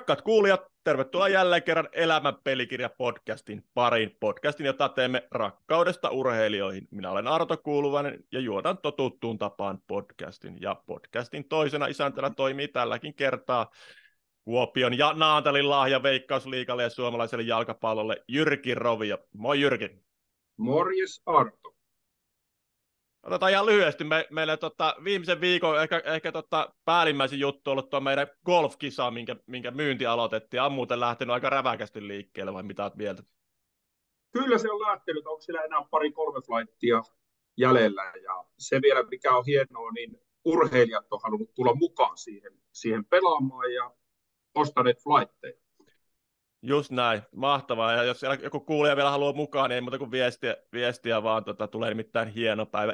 Rakkaat kuulijat, tervetuloa jälleen kerran Elämän pelikirja-podcastin pariin. Podcastin, jota teemme rakkaudesta urheilijoihin. Minä olen Arto Kuuluvainen ja juodan totuttuun tapaan podcastin. Ja podcastin toisena isäntänä toimii tälläkin kertaa Kuopion ja Naantalin lahja Veikkausliigalle ja suomalaiselle jalkapallolle Jyrki Rovio. Moi Jyrki. Morjes Arto. Otetaan ihan lyhyesti. Meillä viimeisen viikon ehkä päällimmäisin juttu on ollut tuo meidän golfkisa, minkä myynti aloitettiin. On muuten lähtenyt aika räväkästi liikkeelle, vai mitä olet mieltä? Kyllä se on lähtenyt. Onko siellä enää 2-3 flightia jäljellä? Ja se vielä, mikä on hienoa, niin urheilijat on halunnut tulla mukaan siihen pelaamaan ja ostaneet flightteja. Just näin, mahtavaa. Ja jos joku kuulija vielä haluaa mukaan, niin ei muuta kuin viestiä vaan tulee nimittäin hieno päivä.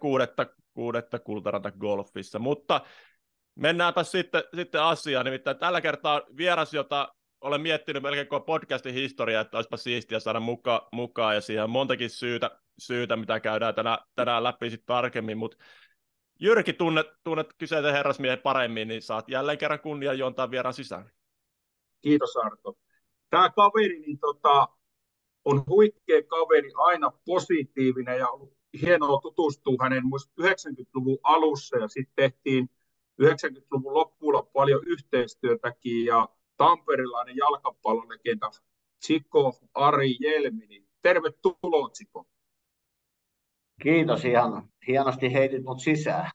1.6. Kultaranta Golfissa. Mutta mennäänpä sitten asiaan. Nimittäin tällä kertaa vieras, jota olen miettinyt melkein koko podcastin historiaa, että olisipa siistiä saada mukaan. Ja siihen on montakin syytä mitä käydään tänään läpi sitten tarkemmin. Mutta Jyrki, tunnet kyseisen herrasmiehen paremmin, niin saat jälleen kerran kunnian juontaa vieraan sisään. Kiitos Arto. Tämä kaveri niin on huikea kaveri, aina positiivinen ja ollut hienoa tutustua hänen 90-luvun alussa ja sitten tehtiin 90-luvun loppuun paljon yhteistyötäkin ja tamperilainen jalkapallolegenda Tsiko Ari Jelmini. Tervetuloa Tsiko. Kiitos, ihan hienosti heitit mut sisään.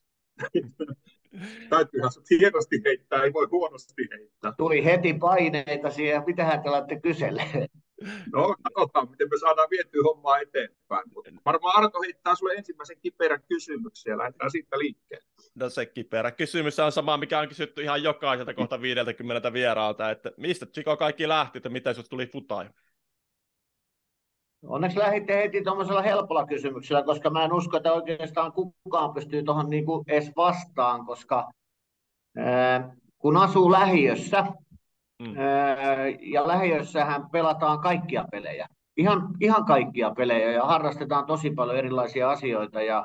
Täytyyhän sut hienosti heittää, ei voi huonosti heittää. Tuli heti paineita siihen, mitähän te olette kyselleet? No, katsotaan, miten me saadaan vietyä hommaa eteenpäin. Mutta varmaan Arto heittää sulle ensimmäisen kiperän kysymyksen ja lähdetään siitä liikkeelle. No se kiperä kysymys on sama, mikä on kysytty ihan jokaiselta kohta 50 vieraalta, että mistä Tsiko kaikki lähti, että miten sinusta tuli futai? Onneksi lähditte heti tuollaisella helpolla kysymyksellä, koska mä en usko, että oikeastaan kukaan pystyy tuohon niinku edes vastaan, koska kun asuu lähiössä, ja lähiössähän pelataan kaikkia pelejä, ihan kaikkia pelejä, ja harrastetaan tosi paljon erilaisia asioita, ja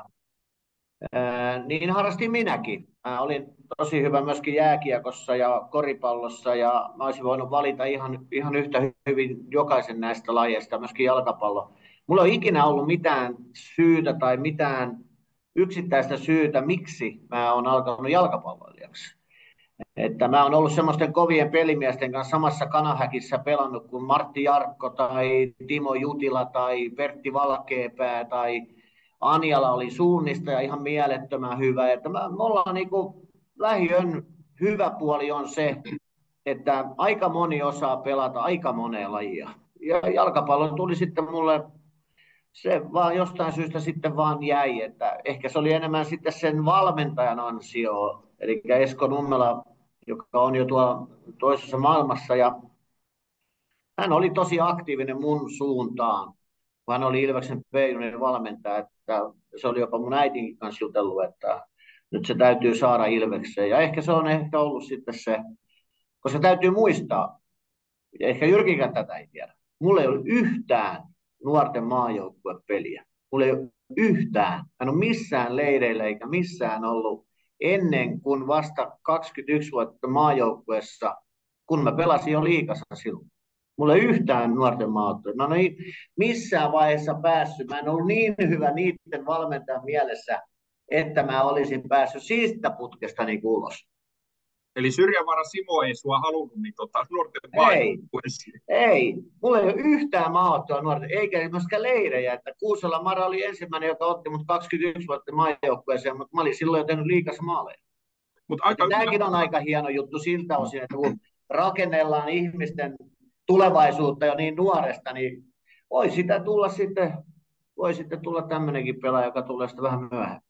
niin harrastin minäkin. Mä olin tosi hyvä myöskin jääkiekossa ja koripallossa, ja mä olisin voinut valita ihan yhtä hyvin jokaisen näistä lajeista, myöskin jalkapallo. Mulla ei ikinä ollut mitään syytä tai mitään yksittäistä syytä, miksi mä oon alkanut jalkapalloilijaksi. Että mä oon ollut semmoisten kovien pelimiesten kanssa samassa kanahäkissä pelannut kuin Martti Jarkko tai Timo Jutila tai Pertti Valkeapää tai Anjala oli suunnista ja ihan mielettömän hyvä. Että me ollaan niinku, lähiön hyvä puoli on se, että aika moni osaa pelata aika moneen lajia. Ja jalkapallo tuli sitten mulle, se vaan jostain syystä sitten vaan jäi. Että ehkä se oli enemmän sitten sen valmentajan ansio, eli Esko Nummela, joka on jo tuolla toisessa maailmassa. Ja hän oli tosi aktiivinen mun suuntaan, kun hän oli Ilveksen B-juniorin valmentaja. Että se oli jopa mun äitinkin kanssa jutellut, että nyt se täytyy saada Ilvekseen. Ja ehkä se on ollut sitten se, koska täytyy muistaa, ja ehkä Jyrkikään tätä ei tiedä, mulla ei ole yhtään nuorten maajoukkuepeliä. Mulla ei ole yhtään. Hän on missään leireillä eikä missään ollut ennen kuin vasta 21 vuotta maajoukkueessa, kun mä pelasin jo liigassa silloin. Mulla ei yhtään nuorten maajoukkueita. Mä en ole missään vaiheessa päässyt. Mä en ollut niin hyvä niiden valmentajan mielessä, että mä olisin päässyt siitä putkestani ulos. Eli Syrjävaara Simo ei sua halunnut niin nuorten maajoukkueisiin. Ei, mulla ei ole yhtään maaottua nuorten, eikä myöskään leirejä. Että Kuusela Mara oli ensimmäinen, joka otti mut 21 vuotta maajoukkueeseen, mutta mä olin silloin jo tehnyt liigassa maaleja. Tämäkin on aika hieno juttu siltä osin, että kun rakennellaan ihmisten tulevaisuutta jo niin nuoresta, niin voi sitten tulla tämmöinenkin pelaaja, joka tulee sitten vähän myöhemmin.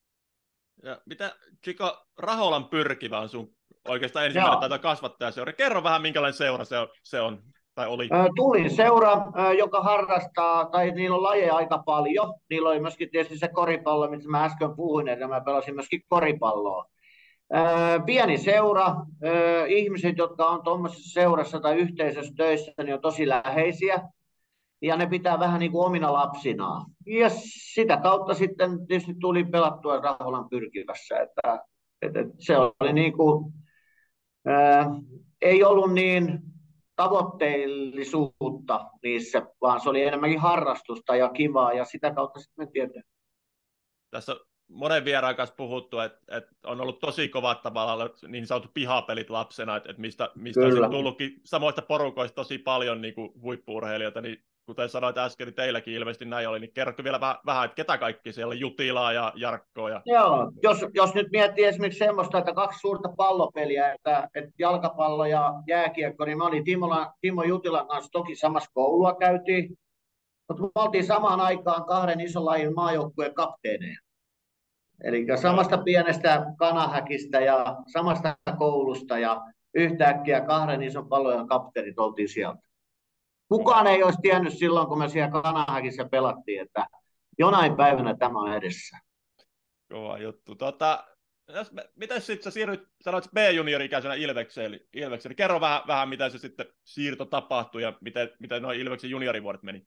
Ja mitä Tsiko, Raholan Pyrkivä on sun oikeastaan ensimmäinen taitaa kasvattajaseura. Kerro vähän, minkälainen seura se on tai oli. Tulin seura, joka harrastaa, tai niillä on lajeja aika paljon. Niillä oli myöskin tietysti se koripallo, mistä mä äsken puhuin, että mä pelasin myöskin koripalloa. Pieni seura, ihmiset, jotka on tuommoisessa seurassa tai yhteisössä töissä, niin on tosi läheisiä. Ja ne pitää vähän niin kuin omina lapsinaan. Ja sitä kautta sitten tietysti tuli pelattua Raholan Pyrkivässä. Että se oli niin kuin, ei ollut niin tavoitteellisuutta niissä, vaan se oli enemmänkin harrastusta ja kivaa, ja sitä kautta sitten mentiin eteenpäin. Tässä on monen vieraan kanssa puhuttu, että on ollut tosi kovat tavallaan niin sanotut pihapelit lapsena, että mistä on sitten tullutkin samoista porukoista tosi paljon niin kuin huippu-urheilijoita, niin kuten sanoit äsken, niin teilläkin ilmeisesti näin oli, niin kerrotko vielä vähän, että ketä kaikki siellä on, Jutilaa ja Jarkkoa? Ja... Joo, jos nyt miettii esimerkiksi semmoista, että 2 suurta pallopeliä, että jalkapallo ja jääkiekko, niin me oli Timo Jutilan kanssa toki samassa koulua käytiin, mutta me oltiin samaan aikaan 2 ison lajin maajoukkueen kapteeneja. Eli samasta pienestä kanahäkistä ja samasta koulusta ja yhtäkkiä 2 ison pallojen kapteenit oltiin sieltä. Kukaan ei olisi tiennyt silloin, kun me siellä kanahäkissä pelattiin, että jonain päivänä tämä on edessä. Kova juttu. Miten sitten sä siirryt, sanoit B-juniori-ikäisenä Ilvekseen, kerro vähän, miten se sitten siirto tapahtui ja miten nuo Ilveksen juniorivuodet meni?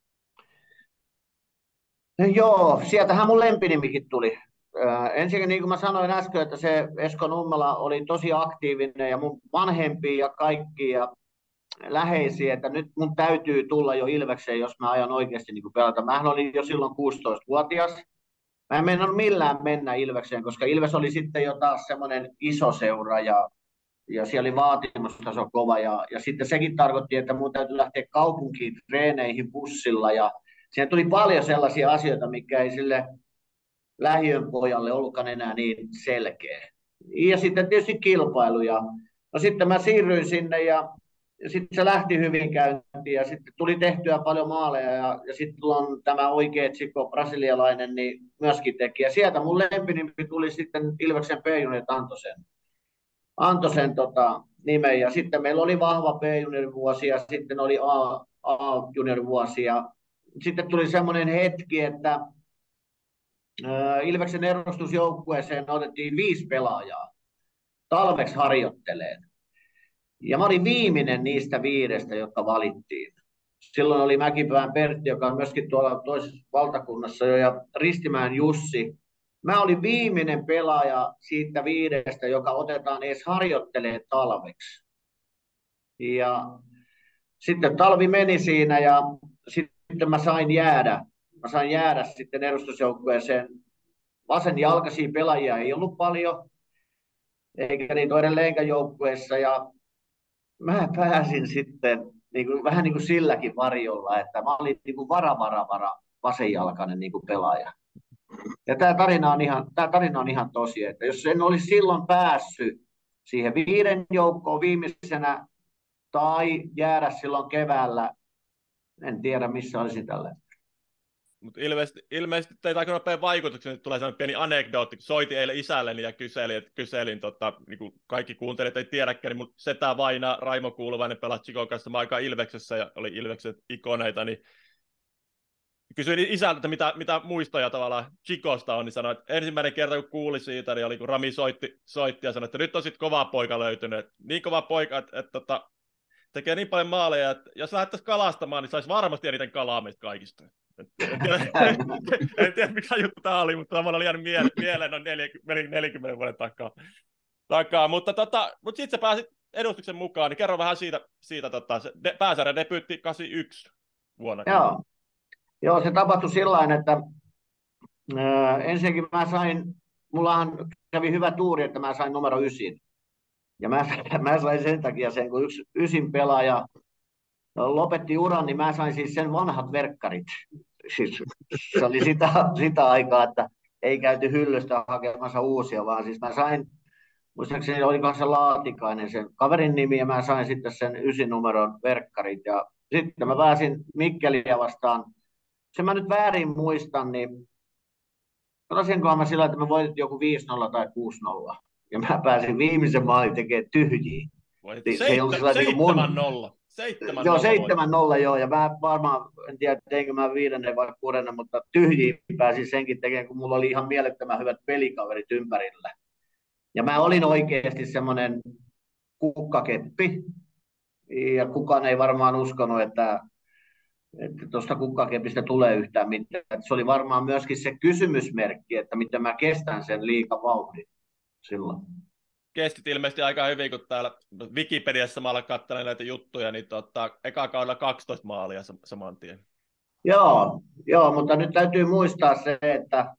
No joo, sieltähän mun lempinimikin tuli. Ensinnäkin niin kuin mä sanoin äsken, että se Esko Nummela oli tosi aktiivinen ja mun vanhempia ja kaikki ja läheisiä, että nyt mun täytyy tulla jo Ilvekseen, jos mä ajan oikeasti niin kuin pelata. Mähän olin jo silloin 16-vuotias. Mä en meinannut millään mennä Ilvekseen, koska Ilves oli sitten jo taas semmoinen iso seura ja siellä oli vaatimustaso kova. Ja sitten sekin tarkoitti, että mun täytyy lähteä kaupunkiin treeneihin bussilla. Ja siinä tuli paljon sellaisia asioita, mikä ei sille lähiön pojalle ollutkaan enää niin selkeä. Ja sitten tietysti kilpailuja. No sitten mä siirryin sinne ja sitten se lähti hyvin käyntiin ja sitten tuli tehtyä paljon maaleja ja sitten on tämä oikea Chico, brasilialainen, niin myöskin teki. Ja sieltä mun lempinimi tuli sitten Ilveksen B-juniorit Antosen nimen ja sitten meillä oli vahva B-juniorivuosi ja sitten oli A-juniorivuosi ja sitten tuli semmoinen hetki, että Ilveksen edustusjoukkueeseen otettiin 5 pelaajaa talveksi harjoitteleen. Ja mä olin viimeinen niistä 5, jotka valittiin. Silloin oli Mäkipään Pertti, joka on myöskin tuolla toisessa valtakunnassa jo, ja Ristimäen Jussi. Mä olin viimeinen pelaaja siitä 5, joka otetaan edes harjoittelee talveksi. Ja sitten talvi meni siinä ja sitten mä sain jäädä. Sitten edustusjoukkueeseen. Vasenjalkaisia pelaajia ei ollut paljon, eikä niitä ole edelleenkään joukkueessa. Ja mä pääsin sitten vähän niin kuin silläkin varjolla, että mä olin niin kuin vara vasenjalkainen niin kuin pelaaja. Ja tämä tarina on ihan tosi, että jos en olisi silloin päässyt siihen 5 joukkoon viimeisenä tai jäädä silloin keväällä, en tiedä missä olisin tällä. Mutta ilmeisesti teitä aika nopean vaikutuksen, että tulee sellainen pieni anekdootti, kun soitin eilen isälleni ja kyselin niin kuin kaikki kuuntelijat ei tiedäkään, niin mun setä Vaina, Raimo Kuuluvainen pelasi Chikon kanssa aikaa Ilveksessä ja oli Ilveksen ikoneita, niin kysyin isältä, että mitä muistoja tavallaan Chikosta on, niin sanoi, että ensimmäinen kerta kun kuuli siitä, niin oli kun Rami soitti ja sanoi, että nyt on sitten kova poika löytynyt, niin kova poika, että tekee niin paljon maaleja, että jos lähdettäisiin kalastamaan, niin saisi varmasti eniten kalaa meistä kaikista. En tiedä mikä juttu tämä oli, mutta tämä oli jäänyt mieleen noin 40 vuoden takaa. Mutta sitten sä pääsit edustuksen mukaan, niin kerro vähän siitä pääsarjan debyytti 81 vuonna. Joo, se tapahtui sillain, että ensinnäkin mullahan kävi hyvä tuuri, että mä sain numero 9. Ja mä sain sen takia sen, kun yksi 9 pelaaja lopetti uran, niin mä sain siis sen vanhat verkkarit. Siis, se oli sitä aikaa, että ei käyty hyllystä hakemassa uusia, vaan siis mä sain, muistaakseni olikohan se Laatikainen sen kaverin nimi, ja mä sain sitten sen 9 numeron verkkarit. Ja sitten mä pääsin Mikkeliä vastaan. Se mä nyt väärin muistan, niin pelasinkohan mä sillä, että me voitettiin joku 5-0 tai 6-0. Ja mä pääsin viimeisen maalin tekemään tyhjiä. 7-0. 7-0 joo, ja mä varmaan, en tiedä teinkö mä 5. vai 6, mutta tyhjiä pääsin senkin tekemään, kun mulla oli ihan mielettömän hyvät pelikaverit ympärillä. Ja mä olin oikeasti semmoinen kukkakeppi, ja kukaan ei varmaan uskonut, että tuosta kukkakepistä tulee yhtään mitään. Se oli varmaan myöskin se kysymysmerkki, että miten mä kestän sen liikavauhdin silloin. kestit ilmeisesti aika hyvin, kun täällä Wikipediassa mä aloin katselemaan näitä juttuja, niin eka kaudella 12 maalia saman tien. Joo, mutta nyt täytyy muistaa se, että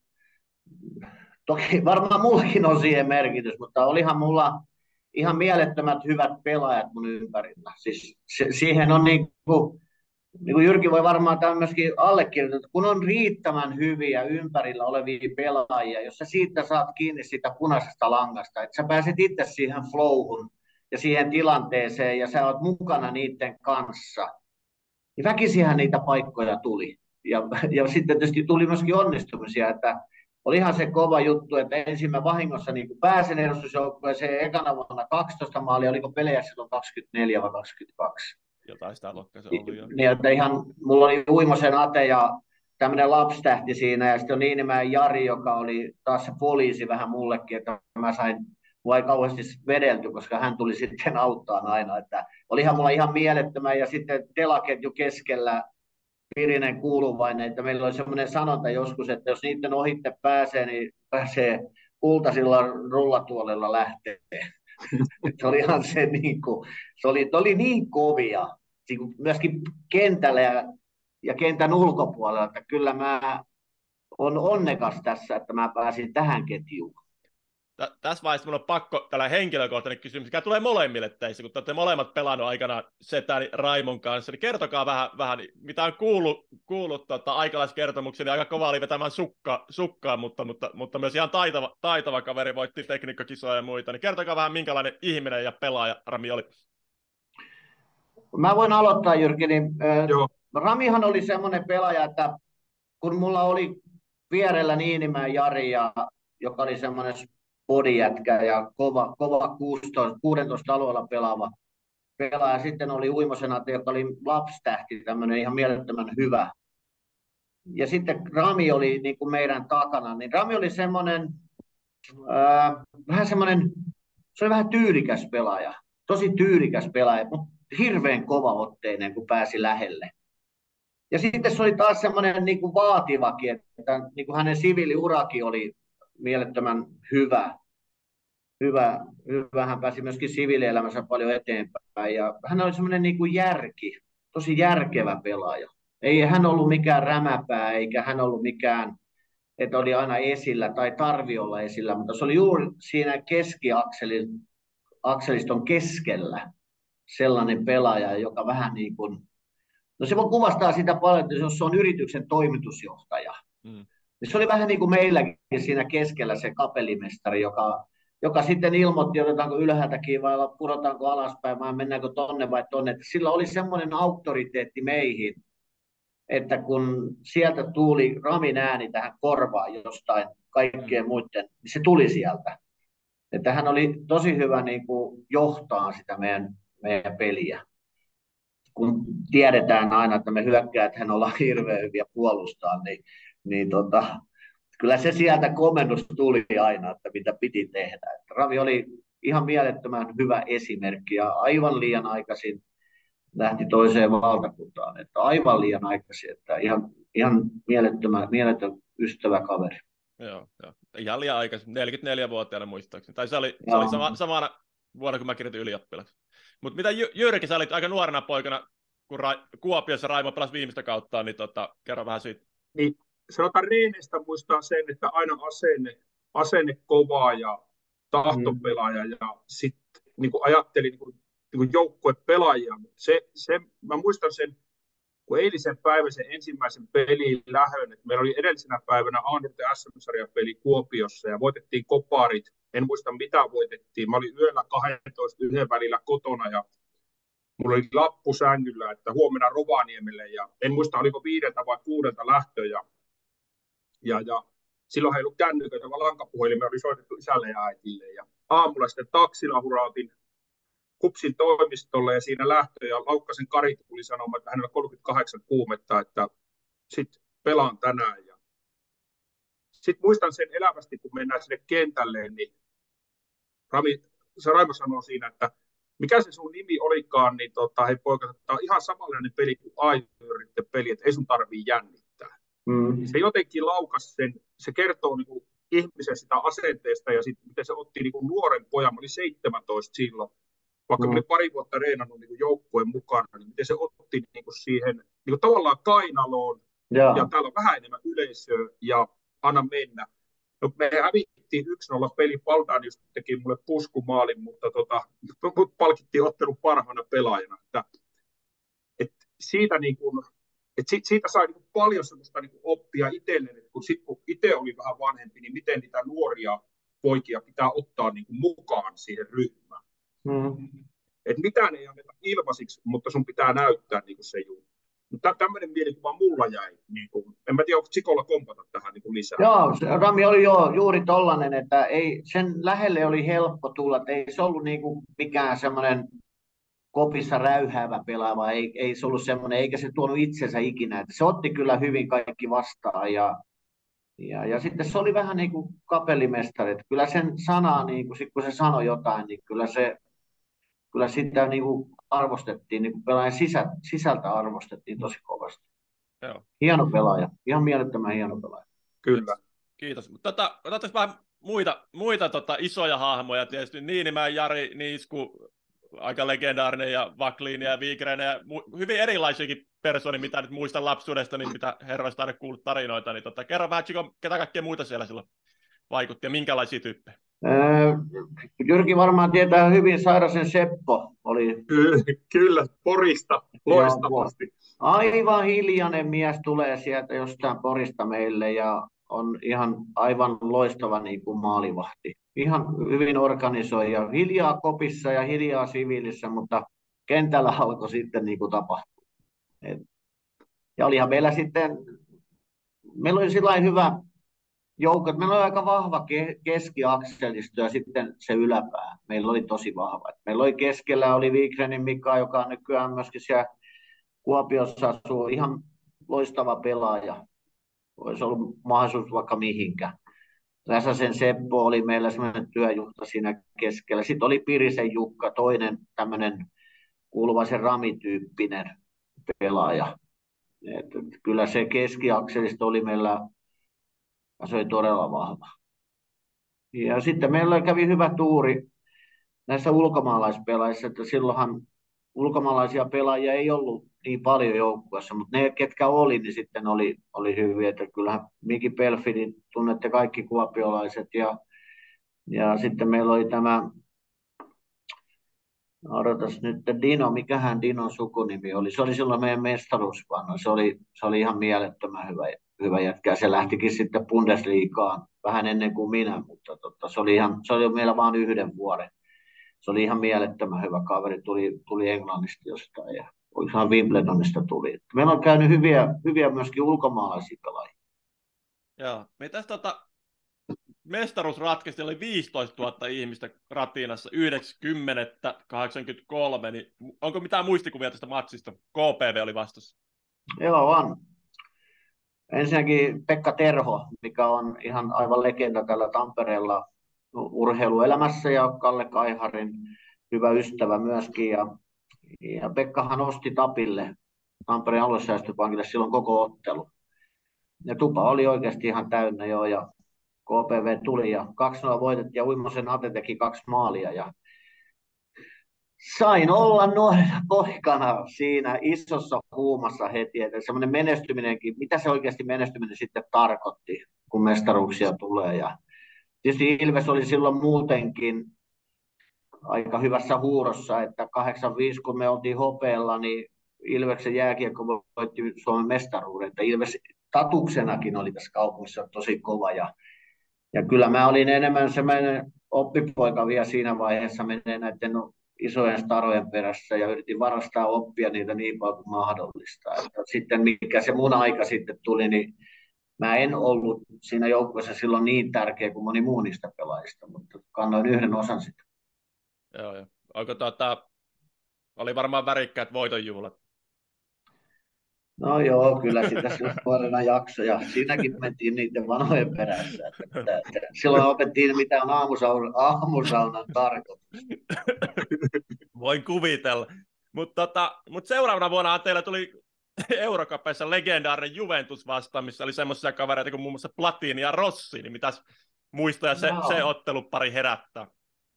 toki varmaan mullakin on siihen merkitys, mutta olihan mulla ihan mielettömät hyvät pelaajat mun ympärillä. Siis siihen on niin kuin Jyrki voi varmaan tämän myöskin allekirjoittaa, että kun on riittävän hyviä ympärillä olevia pelaajia, jos sä siitä saat kiinni siitä punaisesta langasta, että sä pääset itse siihen flowhun ja siihen tilanteeseen ja sä oot mukana niiden kanssa, niin väkisihän niitä paikkoja tuli. Ja sitten tietysti tuli myöskin onnistumisia, että olihan se kova juttu, että ensin mä vahingossa niin pääsen edustusjoukkueeseen ekana vuonna 12 maalia, oliko pelejä silloin 24 vai 22? Jotain sitä luokkaa se oli jo. Niin, että ihan, mulla oli Uimosen Ate ja tämmöinen lapstähti siinä, ja sitten on Niinimäen Jari, joka oli taas se poliisi vähän mullekin, että mua ei kauheasti vedelty, koska hän tuli sitten auttaa aina, että olihan mulla ihan mielettömän, ja sitten telaketju keskellä, Pirinen Kuuluvainen, että meillä oli semmoinen sanonta joskus, että jos niiden ohitte pääsee, niin pääsee kultaisilla rullatuolilla lähtee. Se oli ihan se, niin kuin, se oli niin kovia, niin kuin myöskin kentällä ja kentän ulkopuolella, että kyllä mä olen onnekas tässä, että mä pääsin tähän ketjuun. Tässä vaiheessa mun on pakko tällä henkilökohtainen kysymys, mikä tulee molemmille teissä, kun te olette molemmat pelannut aikanaan Setän Raimon kanssa, niin kertokaa vähän mitä on kuullut aikalaiskertomuksia, niin aika kova oli vetämään sukkaa, mutta myös ihan taitava kaveri, voitti tekniikkakisoja ja muita, niin kertokaa vähän minkälainen ihminen ja pelaaja Rami oli. Mä voin aloittaa, Jyrki, niin Ramihan oli semmoinen pelaaja, että kun mulla oli vierellä Niinimäen Jari, joka oli semmoinen bodijätkä ja kova 16 alueella pelaava pelaaja. Sitten oli Uimosen Ate, joka oli lapstähti, tämmöinen ihan mielettömän hyvä. Ja sitten Rami oli niin kuin meidän takana. Niin Rami oli semmoinen, se oli vähän tyylikäs pelaaja. Tosi tyylikäs pelaaja, mutta hirveän kovaotteinen, kun pääsi lähelle. Ja sitten se oli taas semmoinen niin kuin vaativakin, että niin kuin hänen siviiliurakin oli mielettömän hyvä. Hän pääsi myöskin siviilielämässä paljon eteenpäin. Ja hän oli semmoinen niin kuin tosi järkevä pelaaja. Ei hän ollut mikään rämäpää, eikä hän ollut mikään, että oli aina esillä tai tarvi olla esillä, mutta se oli juuri siinä keskiakseliston keskellä sellainen pelaaja, joka vähän niin kuin, no se kuvastaa sitä paljon, että jos se on yrityksen toimitusjohtaja, niin se oli vähän niin kuin meilläkin siinä keskellä se kapellimestari, joka sitten ilmoitti, otetaanko ylhäältäkin vai pudotaanko alaspäin vai mennäänkö tonne vai tonne. Että sillä oli semmoinen auktoriteetti meihin, että kun sieltä tuli Ramin ääni tähän korvaan jostain kaikkien muiden, niin se tuli sieltä. Että hän oli tosi hyvä niin kuin johtaa sitä meidän peliä. Kun tiedetään aina, että me hyökkäät hän ollaan hirveän hyviä puolustaa, niin kyllä se sieltä komennus tuli aina, että mitä piti tehdä. Että Rami oli ihan mielettömän hyvä esimerkki ja aivan liian aikaisin lähti toiseen valtakuntaan. Että aivan liian aikaisin, että ihan mieletön ystäväkaveri. Joo. Ihan liian aikaisin, 44-vuotiaana muistaakseni. Tai se oli samana vuonna, kun mä kirjoitin ylioppilaksi. Mutta mitä Jyrki, sä olit aika nuorena poikana, kun Kuopiossa Raimo pelasi viimeistä kautta, niin kerro vähän siitä. Niin, sanotaan reeneistä muistaa sen, että aina asenne kovaa ja tahtopelaaja ja sitten niin ajatteli niin joukkuepelaajia. Mä muistan sen, kun eilisen päivän sen ensimmäisen pelin lähön, että meillä oli edellisenä päivänä A-nuorten SM-sarjan peli Kuopiossa ja voitettiin koparit. En muista mitä voitettiin. Mä olin yöllä 12 yhden välillä kotona ja mulla oli lappu sängyllä, että huomenna Rovaniemelle ja en muista oliko 5 vai 6 lähtö ja silloin ei ollut kännyköitä, vaan lankapuhelimia oli soitettu isälle ja äitille ja aamulla sitten taksilla hurautin Kupsin toimistolle ja siinä lähtö ja Laukkasen Kari tuli sanomaan, että hänellä on 38 kuumetta, että sitten pelaan tänään ja sitten muistan sen elävästi, kun mennään sinne kentälle, niin Raimo sanoi siinä, että mikä se sun nimi olikaan, niin hei poika, tämä on ihan samanlainen peli kuin Aivoritten peli, että ei sun tarvii jännittää. Se jotenkin laukas sen, se kertoo niin kuin ihmisen sitä asenteesta ja sitten miten se otti niin kuin nuoren pojan, mä olin 17 silloin, vaikka mä olin pari vuotta reenannut niin kuin joukkueen mukana, niin miten se otti niin kuin siihen niin kuin tavallaan kainaloon, ja täällä on vähän enemmän yleisöä, ja anna mennä. No, me hävittiin 1-0 peli, Baldanius teki mulle puskumaalin, mutta mut palkittiin ottelun parhaana pelaajana. Siitä, niin kuin, siitä sai niin paljon semmoista niin oppia itselleen, että kun itse oli vähän vanhempi, niin miten niitä nuoria poikia pitää ottaa niin kuin mukaan siihen ryhmään. Että mitään ei anneta ilmaisiksi, mutta sun pitää näyttää niin kuin se juttu. Tämmöinen mielikuva mulla jäi. Niin kuin, en mä tiedä, onko Tsikolla kompata tähän niin kuin lisää. Joo, Rami oli juuri tollainen, että sen lähelle oli helppo tulla, että ei se ollut niin kuin mikään semmoinen kopissa räyhäävä pelaava, ei se ollut semmoinen, eikä se tuonut itsensä ikinä. Että se otti kyllä hyvin kaikki vastaan ja sitten se oli vähän niin kuin kapellimestari. Että kyllä sen sanaa, niin kuin, kun se sanoi jotain, niin kyllä sitä niin kuin arvostettiin, niin kuin pelaajan sisältä arvostettiin tosi kovasti. Joo. Hieno pelaaja, ihan mielettömän hieno pelaaja. Kyllä. Kiitos. Otetaan vähän muita isoja hahmoja tietysti. Niinimäen Jari Niisku, aika legendaarinen, ja Waklin ja Wigren ja hyvin erilaisiakin persoonia, mitä nyt muistan lapsuudesta, niin mitä herroista aina kuullut tarinoita. Niin kerro vähän, ketä kaikkea muita siellä silloin vaikutti ja minkälaisia tyyppejä? Jyrki varmaan tietää hyvin, Sairasen Seppo oli. Kyllä, Porista, loistavasti. Aivan hiljainen mies tulee sieltä jostain Porista meille ja on ihan aivan loistava niin kuin maalivahti. Ihan hyvin organisoi ja hiljaa kopissa ja hiljaa siviilissä, mutta kentällä alkoi sitten niin kuin tapahtua. Ja olihan meillä sitten, meillä oli sillä hyvä joukko, että meillä oli aika vahva keskiakselisto ja sitten se yläpää. Meillä oli tosi vahva. Meillä oli keskellä oli Wigrenin Mika, joka on nykyään myöskin siellä Kuopiossa asuu, ihan loistava pelaaja. Olisi ollut mahdollisuus vaikka mihinkään. Räsäsen Seppo oli meillä semmoinen työjuhta siinä keskellä. Sitten oli Pirisen Jukka, toinen tämmöinen Kuuluvaisen Rami-tyyppinen pelaaja. Kyllä se keskiakselisto oli meillä, se oli todella vahva. Ja sitten meillä kävi hyvä tuuri näissä ulkomaalaispelaajissa, että silloinhan ulkomaalaisia pelaajia ei ollut niin paljon joukkueessa, mutta ne, ketkä oli, niin sitten oli hyviä. Että kyllähän Miki Pelfi, niin tunnette kaikki kuopiolaiset. Ja sitten meillä oli tämä, odotas nyt, Dino, mikähän Dinon sukunimi oli. Se oli silloin meidän mestaruusvanno. Se oli ihan mielettömän hyvä jätkä. Se lähtikin sitten Bundesliigaan vähän ennen kuin minä, mutta se oli meillä vain 1 vuoden. Se oli ihan mielettömän hyvä kaveri, tuli Englannista jostain ja oikeastaan Wimbledonista tuli. Meillä on käynyt hyviä myöskin ulkomaalaisia pelaajia. Joo, mitäs mestaruus ratkesi, oli 15 000 ihmistä Ratinassa 9.10.83, niin onko mitään muistikuvia tästä matsista? KPV oli vastassa. Joo, on. Ensinnäkin Pekka Terho, mikä on ihan aivan legenda täällä Tampereella urheiluelämässä, ja Kalle Kaiharin hyvä ystävä myöskin. Ja Pekkahan osti Tapille, Tampereen aluesäästöpankille silloin koko ottelu. Ja tupa oli oikeasti ihan täynnä jo, ja KPV tuli ja 2-0 voitettiin, ja Uimosen Ate teki 2 maalia. Ja sain olla nuorena poikana siinä isossa huumassa heti, että semmoinen menestyminenkin, mitä se oikeasti menestyminen sitten tarkoitti, kun mestaruuksia tulee. Ja tietysti Ilves oli silloin muutenkin aika hyvässä huurossa, että 85 kun me oltiin hopeella, niin Ilveksen jääkiekko voitti Suomen mestaruuden. Että Ilves statuksenakin oli tässä kaupungissa tosi kova. Ja kyllä mä olin enemmän semmoinen oppipoika vielä siinä vaiheessa, menee näiden isojen starojen perässä ja yritin varastaa oppia niitä niin paljon kuin mahdollista. Että sitten mikä se mun aika sitten tuli, niin mä en ollut siinä joukkueessa silloin niin tärkeä kuin moni muu niistä pelaajista, mutta kannoin 1 osan sitä. Joo. Onko oli varmaan värikkäät voitonjuhlat? No joo, kyllä sitä silloin nuorena jakso, ja siinäkin mentiin niiden vanhojen perässä. Että silloin opettiin, mitä on aamusaunan tarkoitus. Voin kuvitella. Mutta seuraavana vuonna teillä tuli Eurocupeissa legendaarinen Juventus vastaan, missä oli semmoisia kavereita kuin muun muassa Platini ja Rossi. Niin muistoja se ottelupari herättää?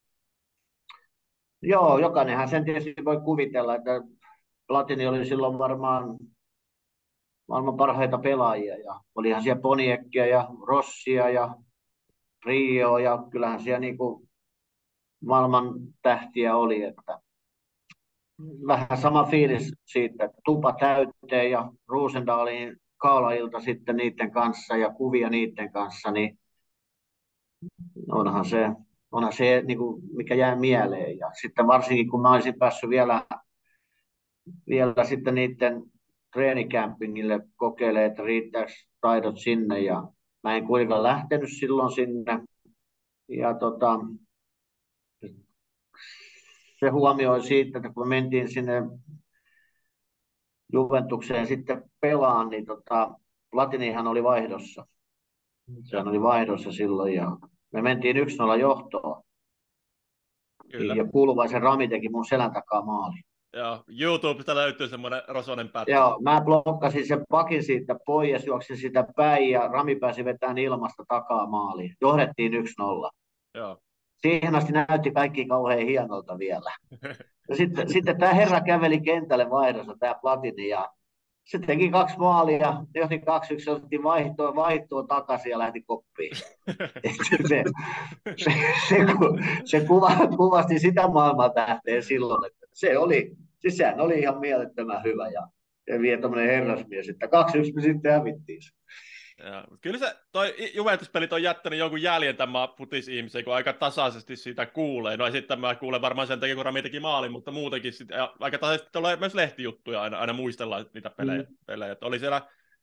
Joo, jokainenhan sen tietysti voi kuvitella, että Platini oli silloin varmaan maailman parhaita pelaajia. Ja olihan siellä Poniekkia ja Rossia ja Rio ja kyllähän siellä niin kuin maailman tähtiä oli. Että vähän sama fiilis siitä, että tupa täyteen ja Roosendalin kaalailta sitten niiden kanssa ja kuvia niiden kanssa, niin onhan se niin kuin, mikä jää mieleen. Ja sitten varsinkin kun mä olisin päässyt vielä sitten niiden treenikämpingille kokeilemaan, että riittääkö taidot sinne. Ja mä en kuitenkaan lähtenyt silloin sinne. Ja se huomioi siitä, että kun me mentiin sinne Juventukseen sitten pelaan, niin Platinihan oli vaihdossa. Sehän oli vaihdossa silloin ja me mentiin 1-0 johtoon. Kyllä. Ja Kuuluvaisen Rami teki mun selän takaa maali. Joo, YouTubesta löytyy semmoinen rosoinen pätkä. Joo, mä blokkasin sen pakin siitä pois, juoksin sitä päin ja Rami pääsi vetämään ilmasta takaa maaliin. Johdettiin 1-0. Joo. Siihen asti näytti kaikki kauhean hienolta vielä. Ja sitten tämä herra käveli kentälle vaihdossa, tämä Platini, ja se teki 2 maalia, johti 2-1, otettiin vaihtoa takaisin ja lähti koppiin. se kuvasti sitä maailmantähteä silloin, että sehän oli ihan mielettömän hyvä ja vielä tämmöinen herrasmies, että 2-1 me sitten hävittiin. Ja, kyllä toi Juventus-pelit on jättänyt jonkun jäljen tämän futis-ihmiseen, kun aika tasaisesti siitä kuulee. No sitten mä kuulen varmaan sen takia, kun Rami teki maalin, mutta muutenkin aika tasaisesti tulee myös lehtijuttuja, aina muistellaan niitä pelejä. Oli siellä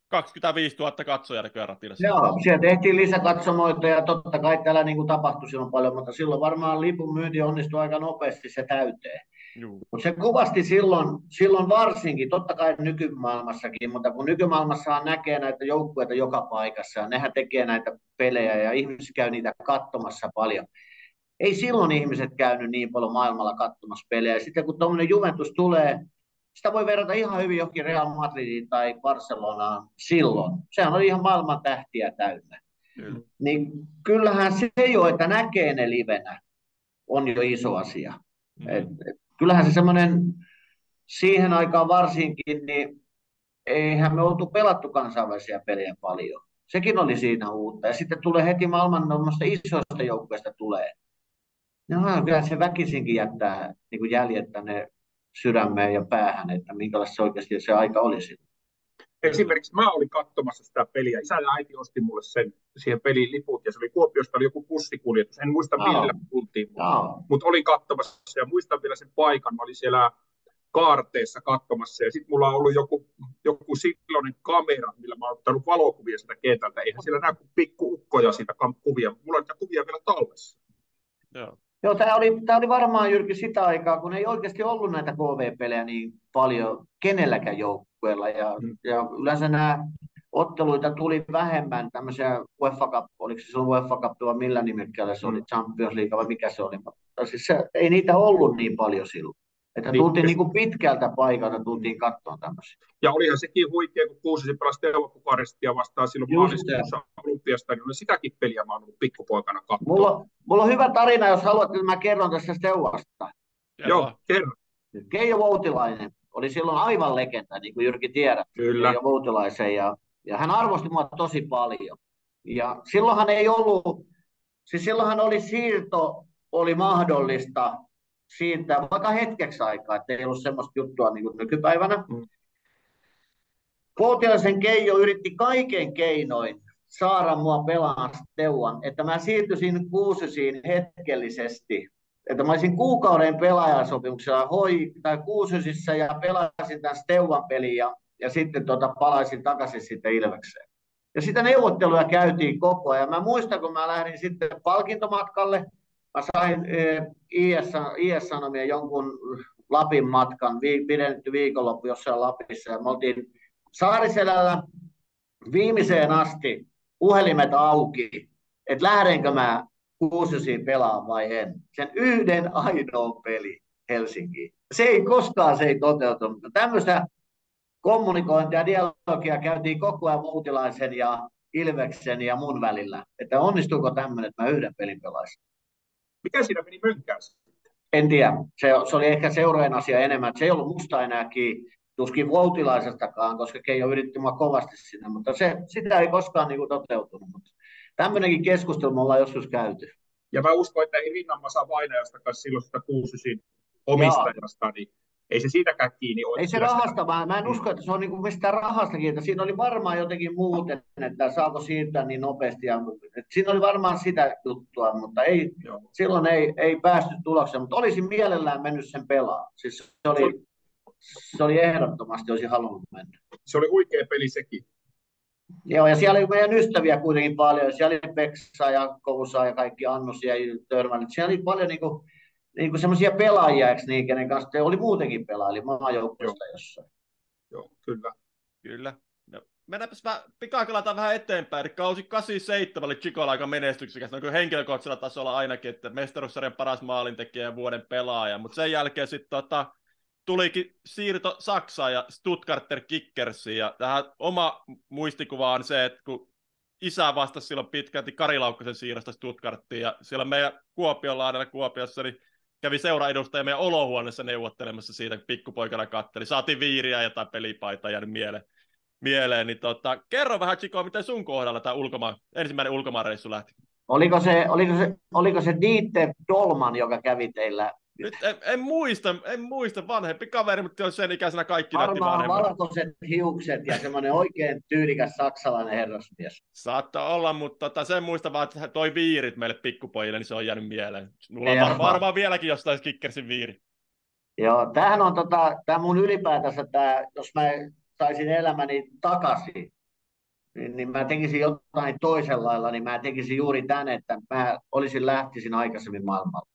25 000 katsojaa näköjään Ratilassa. Joo, siellä tehtiin lisäkatsomoita ja totta kai täällä niin kuin tapahtui silloin paljon, mutta silloin varmaan lipun myynti onnistui aika nopeasti se täyteen. Mutta se kuvasti silloin varsinkin, totta kai nykymaailmassakin, mutta kun nykymaailmassahan näkee näitä joukkueita joka paikassa ja nehän tekee näitä pelejä ja ihmiset käy niitä katsomassa paljon. Ei silloin ihmiset käynyt niin paljon maailmalla katsomassa pelejä. Sitten kun tuommoinen Juventus tulee, sitä voi verrata ihan hyvin johonkin Real Madridiin tai Barcelonaan silloin. Sehän oli ihan maailman tähtiä täynnä. Niin kyllähän se jo, että näkee ne livenä, on jo iso asia. Kyllähän se semmoinen, siihen aikaan varsinkin, niin eihän me oltu pelattu kansainvälisiä pelejä paljon. Sekin oli siinä uutta. Ja sitten tulee heti maailman isoista joukkueista tulee. No kyllä se väkisinkin jättää niin kuin jäljet tänne sydämeen ja päähän, että minkälaista oikeasti se aika oli silloin. Esimerkiksi mä olin katsomassa sitä peliä. Isä ja äiti osti mulle siihen peliin liput, ja se oli Kuopiosta oli joku bussikuljetus. En muista millä tultiin, mutta olin katsomassa ja muistan vielä sen paikan. Mä olin siellä kaarteessa katsomassa ja sitten mulla on ollut joku silloinen kamera, millä mä oon ottanut valokuvia sitä kentältä. Eihän siellä näy kuin pikku-ukkoja siitä kuvia. Mulla on niitä kuvia vielä tallessa. Joo, tämä oli varmaan Jyrki sitä aikaa, kun ei oikeasti ollut näitä KV-pelejä niin paljon kenelläkään joukkueella. Ja yleensä nämä otteluita tuli vähemmän, tämmöisiä UEFA Cup, oliko se silloin UEFA Cup vai millä nimekkeellä se oli, Champions League vai mikä se oli. Mutta siis ei niitä ollut niin paljon silloin. Että tultiin niin kuin pitkältä paikalta, tultiin katsomaan tämmöisiä. Ja olihan sekin huikea, kun Kuusisi pelasi Teuvo Bukarestia vastaan silloin maaliskuussa Olympiasta, niin sitäkin peliä mä oon ollut pikkupoikana katsomaan. Mulla on hyvä tarina, jos haluat, että mä kerron tästä Steuvasta. Joo, kerro. Keijo Voutilainen oli silloin aivan legenda, niin kuin Jyrki tiedät. Kyllä. Keijo Voutilaisen, ja hän arvosti mua tosi paljon. Ja silloinhan ei ollut, siis silloinhan oli siirto, oli mahdollista siirtää vaikka hetkeksi aikaa, että ei ollut semmoista juttua niin kuin nykypäivänä. Voutilaisen Keijo yritti kaiken keinoin saada mua pelaamaan Steuan, että mä siirtyisin Kuusisiin hetkellisesti. Että mä olisin kuukauden pelaajasopimuksella tai Kuusisissa ja pelasin tämän Steuan pelin ja sitten palaisin takaisin sitten Ilvekseen. Ja sitä neuvotteluja käytiin koko ajan. Mä muistan, kun mä lähdin sitten palkintomatkalle, mä sain IS-Sanomien jonkun Lapin matkan, pidennetty viikonloppu jossain Lapissa, ja me oltiin Saariselällä viimeiseen asti puhelimet auki, että lähdenkö mä Kuusisiin pelaamaan vai en. Sen yhden ainoan peli Helsinkiin. Se ei toteutunut, mutta tämmöistä kommunikointia ja dialogia käytiin koko ajan Voutilaisen Ilveksen ja mun välillä, että onnistuuko tämmöinen, että mä yhden pelin pelaisin. Mikä siinä meni mönkään? En tiedä, se oli ehkä seurojen asia enemmän, että se ei ollut musta enää kiinni, tuskin Voutilaisestakaan, koska Keijo yritti mua kovasti sinne, mutta sitä ei koskaan niin kuin toteutunut. Mutta tämmöinenkin keskustelu me ollaan joskus käyty. Ja mä uskon, että ei Rinnanmasa Vainajasta kanssa silloin sitä 69 omistajasta, niin ei se siitäkään kiinni ole. Ei se rahasta, vaan mä en usko, että se on niin mistään rahastakin, että siinä oli varmaan jotenkin muuten, että saako siirtää niin nopeasti. Siinä oli varmaan sitä juttua, mutta silloin ei päästy tulokseen, mutta olisin mielellään mennyt sen pelaamaan. Siis se oli ehdottomasti, olisin halunnut mennä. Se oli huikea peli sekin. Joo, ja siellä oli meidän ystäviä kuitenkin paljon. Siellä oli Peksa ja Kousa ja kaikki Annosia ja Törmännyt. Siellä oli paljon niinku semmoisia pelaajia, niin, kenen kanssa te oli muutenkin pelaajia maajoukkueesta jossain. Joo, kyllä. Kyllä. No, mennäänpäs pikakelataan vähän eteenpäin. Kausi 87 oli Chicolla aika menestyksekäs, no, henkilökohtaisella tasolla ainakin, että mestaruussarjan paras maalintekijä ja vuoden pelaaja, mutta sen jälkeen sitten tulikin siirto Saksaan ja Stuttgarter Kickersiin, ja tähän oma muistikuva on se, että kun isä vastasi silloin pitkälti Kari Laukkasen siirrosta Stuttgarttiin, ja siellä meidän Kuopiossa, niin kävi seuraedustaja meidän olohuoneessa neuvottelemassa siitä, kun pikkupoikana katteli. Saatiin viiriä ja jotain pelipaitaa jäänyt mieleen. Niin kerro vähän, Chico, miten sun kohdalla tämä ensimmäinen ulkomaanreissu lähti? Oliko se Dieter Dolman, joka kävi teillä? Nyt en muista vanhempi kaveri, mutta sen ikäisenä kaikki näytti varmaan vanhemmat. valkoiset hiukset ja semmoinen oikein tyylikäs saksalainen herrasmies. Saattaa olla, mutta sen muista vaan, että toi viirit meille pikkupojille, niin se on jäänyt mieleen. Mulla on varmaan vieläkin jostain Kickersin viiri. Joo, tämähän on tämä mun ylipäätänsä, jos mä saisin elämäni takaisin, niin mä tekisin jotain toisella lailla, niin mä tekisin juuri tämän, että mä lähtisin aikaisemmin maailmalle.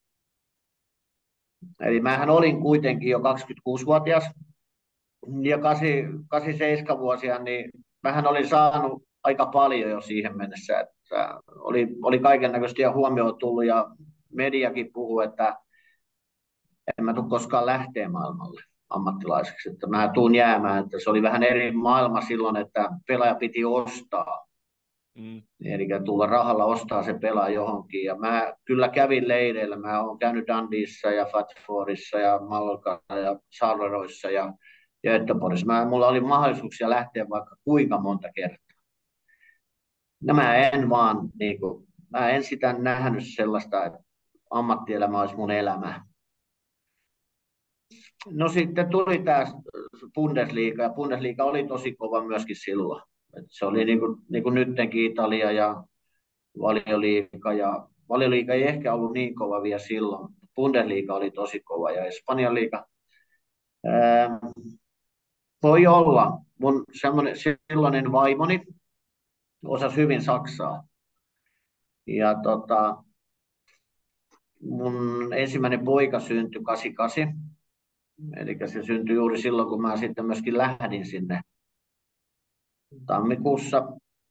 Eli mähän olin kuitenkin jo 26-vuotias ja 87-vuosia, niin mähän olin saanut aika paljon jo siihen mennessä, että oli kaiken näköistä huomioon tullut ja mediakin puhui, että en mä tule koskaan lähteä maailmalle ammattilaiseksi, että mä tuun jäämään, että se oli vähän eri maailma silloin, että pelaaja piti ostaa. Eli tulla rahalla ostaa se pelaa johonkin. Ja mä kyllä kävin leireillä. Mä oon käynyt Dundeessa ja Fatfordissa ja Mallorcassa ja Charleroi ja Göteborgissa. Mulla oli mahdollisuuksia lähteä vaikka kuinka monta kertaa. No mä en sitä nähnyt sellaista, että ammattielämä olisi mun elämä. No sitten tuli tämä Bundesliga, ja Bundesliga oli tosi kova myöskin silloin. Se oli niin kuin nyttenkin Italia ja Valioliiga, ja Valioliiga ei ehkä ollut niin kova vielä silloin. Bundesliga oli tosi kova, ja Espanjan liiga. Voi olla. Mun silloinen vaimoni osasi hyvin saksaa. Ja mun ensimmäinen poika syntyi 88. Eli se syntyi juuri silloin, kun mä sitten myöskin lähdin sinne tammikuussa.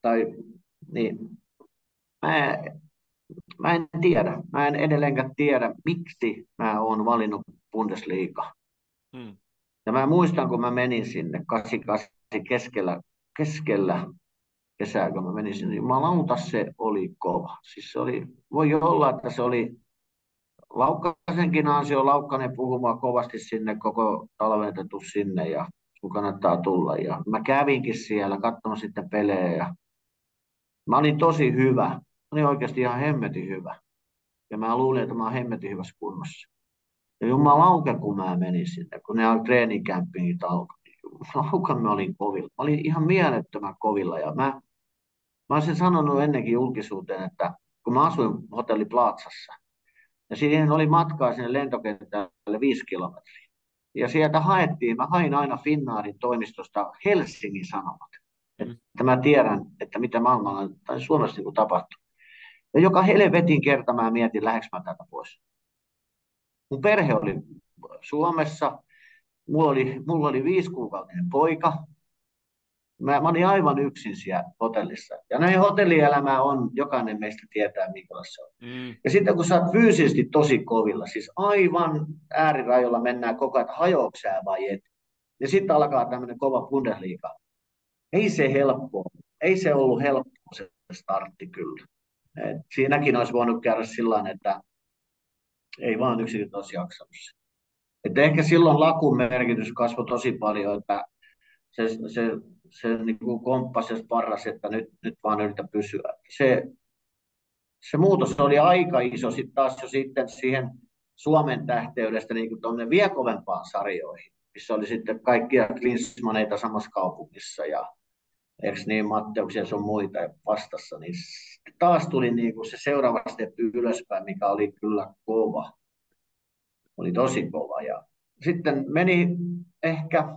Mä en tiedä. Mä en edelleenkään tiedä, miksi mä oon valinnut Bundesliga. Ja mä muistan, kun mä menin sinne 88 keskellä kesää, kun mä menin sinne. Jumalauta, se oli kova. Siis voi olla, että se oli Laukkasenkin ansio. Laukkanen puhumaan kovasti sinne, koko talven sinne ja sun kannattaa tulla. Ja mä kävinkin siellä katsomassa sitten pelejä. Ja mä olin tosi hyvä. Mä olin oikeasti ihan hemmetin hyvä. Ja mä luulin, että mä oon hemmetin hyvässä kunnossa. Ja jumalauke, kun mä menin sinne, kun ne treenikämpingit alkoi. Jumalauke, mä olin kovilla. Mä olin ihan mielettömän kovilla. Ja mä olisin sanonut ennenkin julkisuuteen, että kun mä asuin Hotelli Plazassa, ja siihen oli matkaa sinne lentokentälle 5 kilometriä. Ja sieltä mä hain aina Finnairin toimistosta Helsingin Sanomat. Että mä tiedän, että mitä maailmalla tai Suomessa niin tapahtuu. Ja joka helvetin kerta mä mietin, lähdekö mä täältä pois. Mun perhe oli Suomessa. Mulla oli 5-kuukautinen poika. Mä olin aivan yksin siellä hotellissa. Ja näin hotellielämää on, jokainen meistä tietää, minkälaista se on. Ja sitten kun sä oot fyysisesti tosi kovilla, siis aivan äärirajoilla mennään koko ajan, että hajoako sä vai et. Ja sitten alkaa tämmöinen kova Bundesliga. Ei se helppoa. Ei se ollut helppoa. se startti kyllä. Siinäkin olisi voinut käydä sillä että ei vaan yksilöt olisi jaksanut. Että ehkä silloin lakun merkitys kasvoi tosi paljon, että se niin kuin komppasi ja sparrasi, että nyt vaan yritä pysyä. Se muutos oli aika iso sitten taas jo sitten siihen Suomen tähteydestä niin kuin tuonne vielä kovempaan sarjoihin, missä oli sitten kaikkia Klinsmaneita samassa kaupungissa ja eikö niin Matteuksia sun muita vastassa, niin taas tuli niin kuin se seuraava steppi ylöspäin, mikä oli kyllä kova. Oli tosi kova ja sitten meni ehkä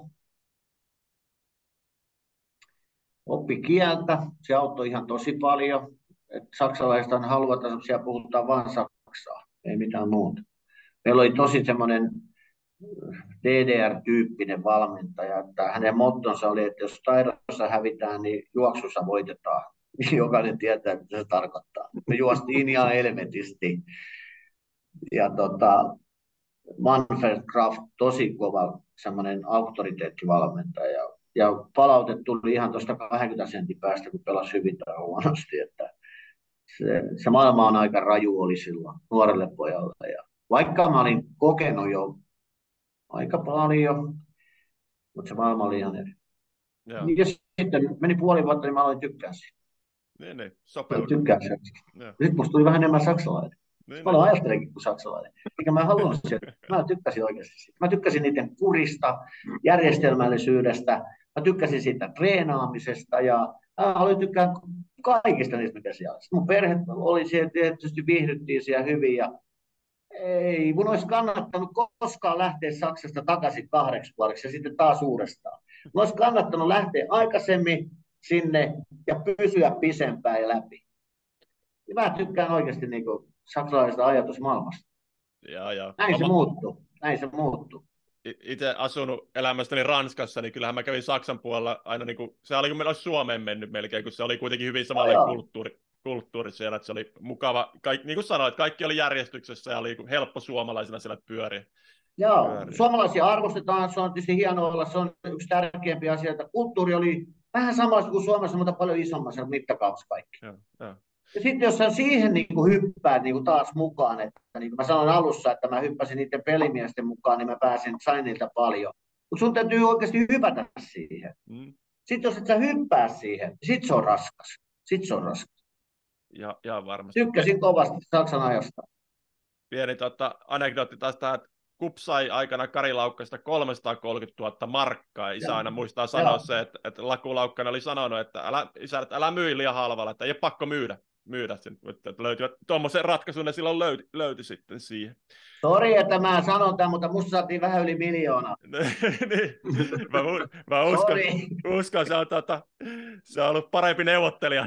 oppi kieltä, se auttoi ihan tosi paljon. Saksalaiset on haluata, siellä puhutaan vain saksaa, ei mitään muuta. Meillä oli tosi semmoinen DDR-tyyppinen valmentaja, että hänen mottonsa oli, että jos taidossa hävitään, niin juoksussa voitetaan. Jokainen tietää, mitä se tarkoittaa. Me juostiin ihan helvetisti. Ja Manfred Kraft, tosi kova semmoinen auktoriteettivalmentaja. Ja palaute tuli ihan tuosta 20 sentin päästä, kun pelasi hyvin tai huonosti. Että se maailma on aika raju oli silloin nuorelle pojalle. Ja vaikka mä olin kokenut jo aika paljon, mutta se maailma oli ihan eri. Ja sitten meni puoli vuotta, niin mä aloin tykkää siitä. Niin, sopeudu. Tykkää saksasta. Sitten musta tuli vähän enemmän saksalainen. Mä aloin ajattelenkin kuin saksalainen. Eikä mä halunnut sieltä. Mä tykkäsin oikeasti siitä. Mä tykkäsin niiden kurista, järjestelmällisyydestä. Mä tykkäsin siitä treenaamisesta ja mä aloin tykkää kaikista niistä, mitä siellä. Sitten mun perhe oli siellä, tietysti viihdyttiin siellä hyvin ja ei mun olisi kannattanut koskaan lähteä Saksasta takaisin 8 vuodeksi ja sitten taas uudestaan. Mun olisi kannattanut lähteä aikaisemmin sinne ja pysyä pisempään ja läpi. Ja mä tykkään oikeasti niin kuin saksalaisesta ajatusmaailmasta. Näin se muuttuu. Itse asunut elämästäni Ranskassa, niin kyllähän mä kävin Saksan puolella aina, niin kuin, se oli kun meillä olisi Suomeen mennyt melkein, kun se oli kuitenkin hyvin samanlainen kulttuuri siellä, että se oli mukava, niin kuin sanoit, kaikki oli järjestyksessä ja oli helppo suomalaisena siellä pyöriä. Joo, suomalaisia arvostetaan, se on tietysti hienoa olla, se on yksi tärkeimpiä asioita. Kulttuuri oli vähän samassa kuin Suomessa, mutta paljon isommassa mittakaavassa kaikki. Joo. Ja sitten jos sä siihen niin kuin hyppäät niin kuin taas mukaan, että niin kuin mä sanoin alussa, että mä hyppäsin niiden pelimiesten mukaan, niin mä sain niiltä paljon. Mutta sun täytyy oikeasti hypätä siihen. Sitten jos et sä hyppää siihen, niin sit se on raskas. Ja varmasti. Tykkäsin kovasti Saksan ajasta. Pieni anekdootti taas tähän, että KuPS sai aikana Kari Laukkasta 330 000 markkaa. Isä aina muistaa sanoa se, että Laku Laukkanen oli sanonut, että älä myy liian halvalla, että ei ole pakko myydä sen. Että löytyvät tuommoisen ratkaisun, ja silloin löytyi sitten siihen. Sori, että mä sanon tämän, mutta musta saatiin vähän yli 1 miljoonaa. Niin, mä uskon se on ollut parempi neuvottelija.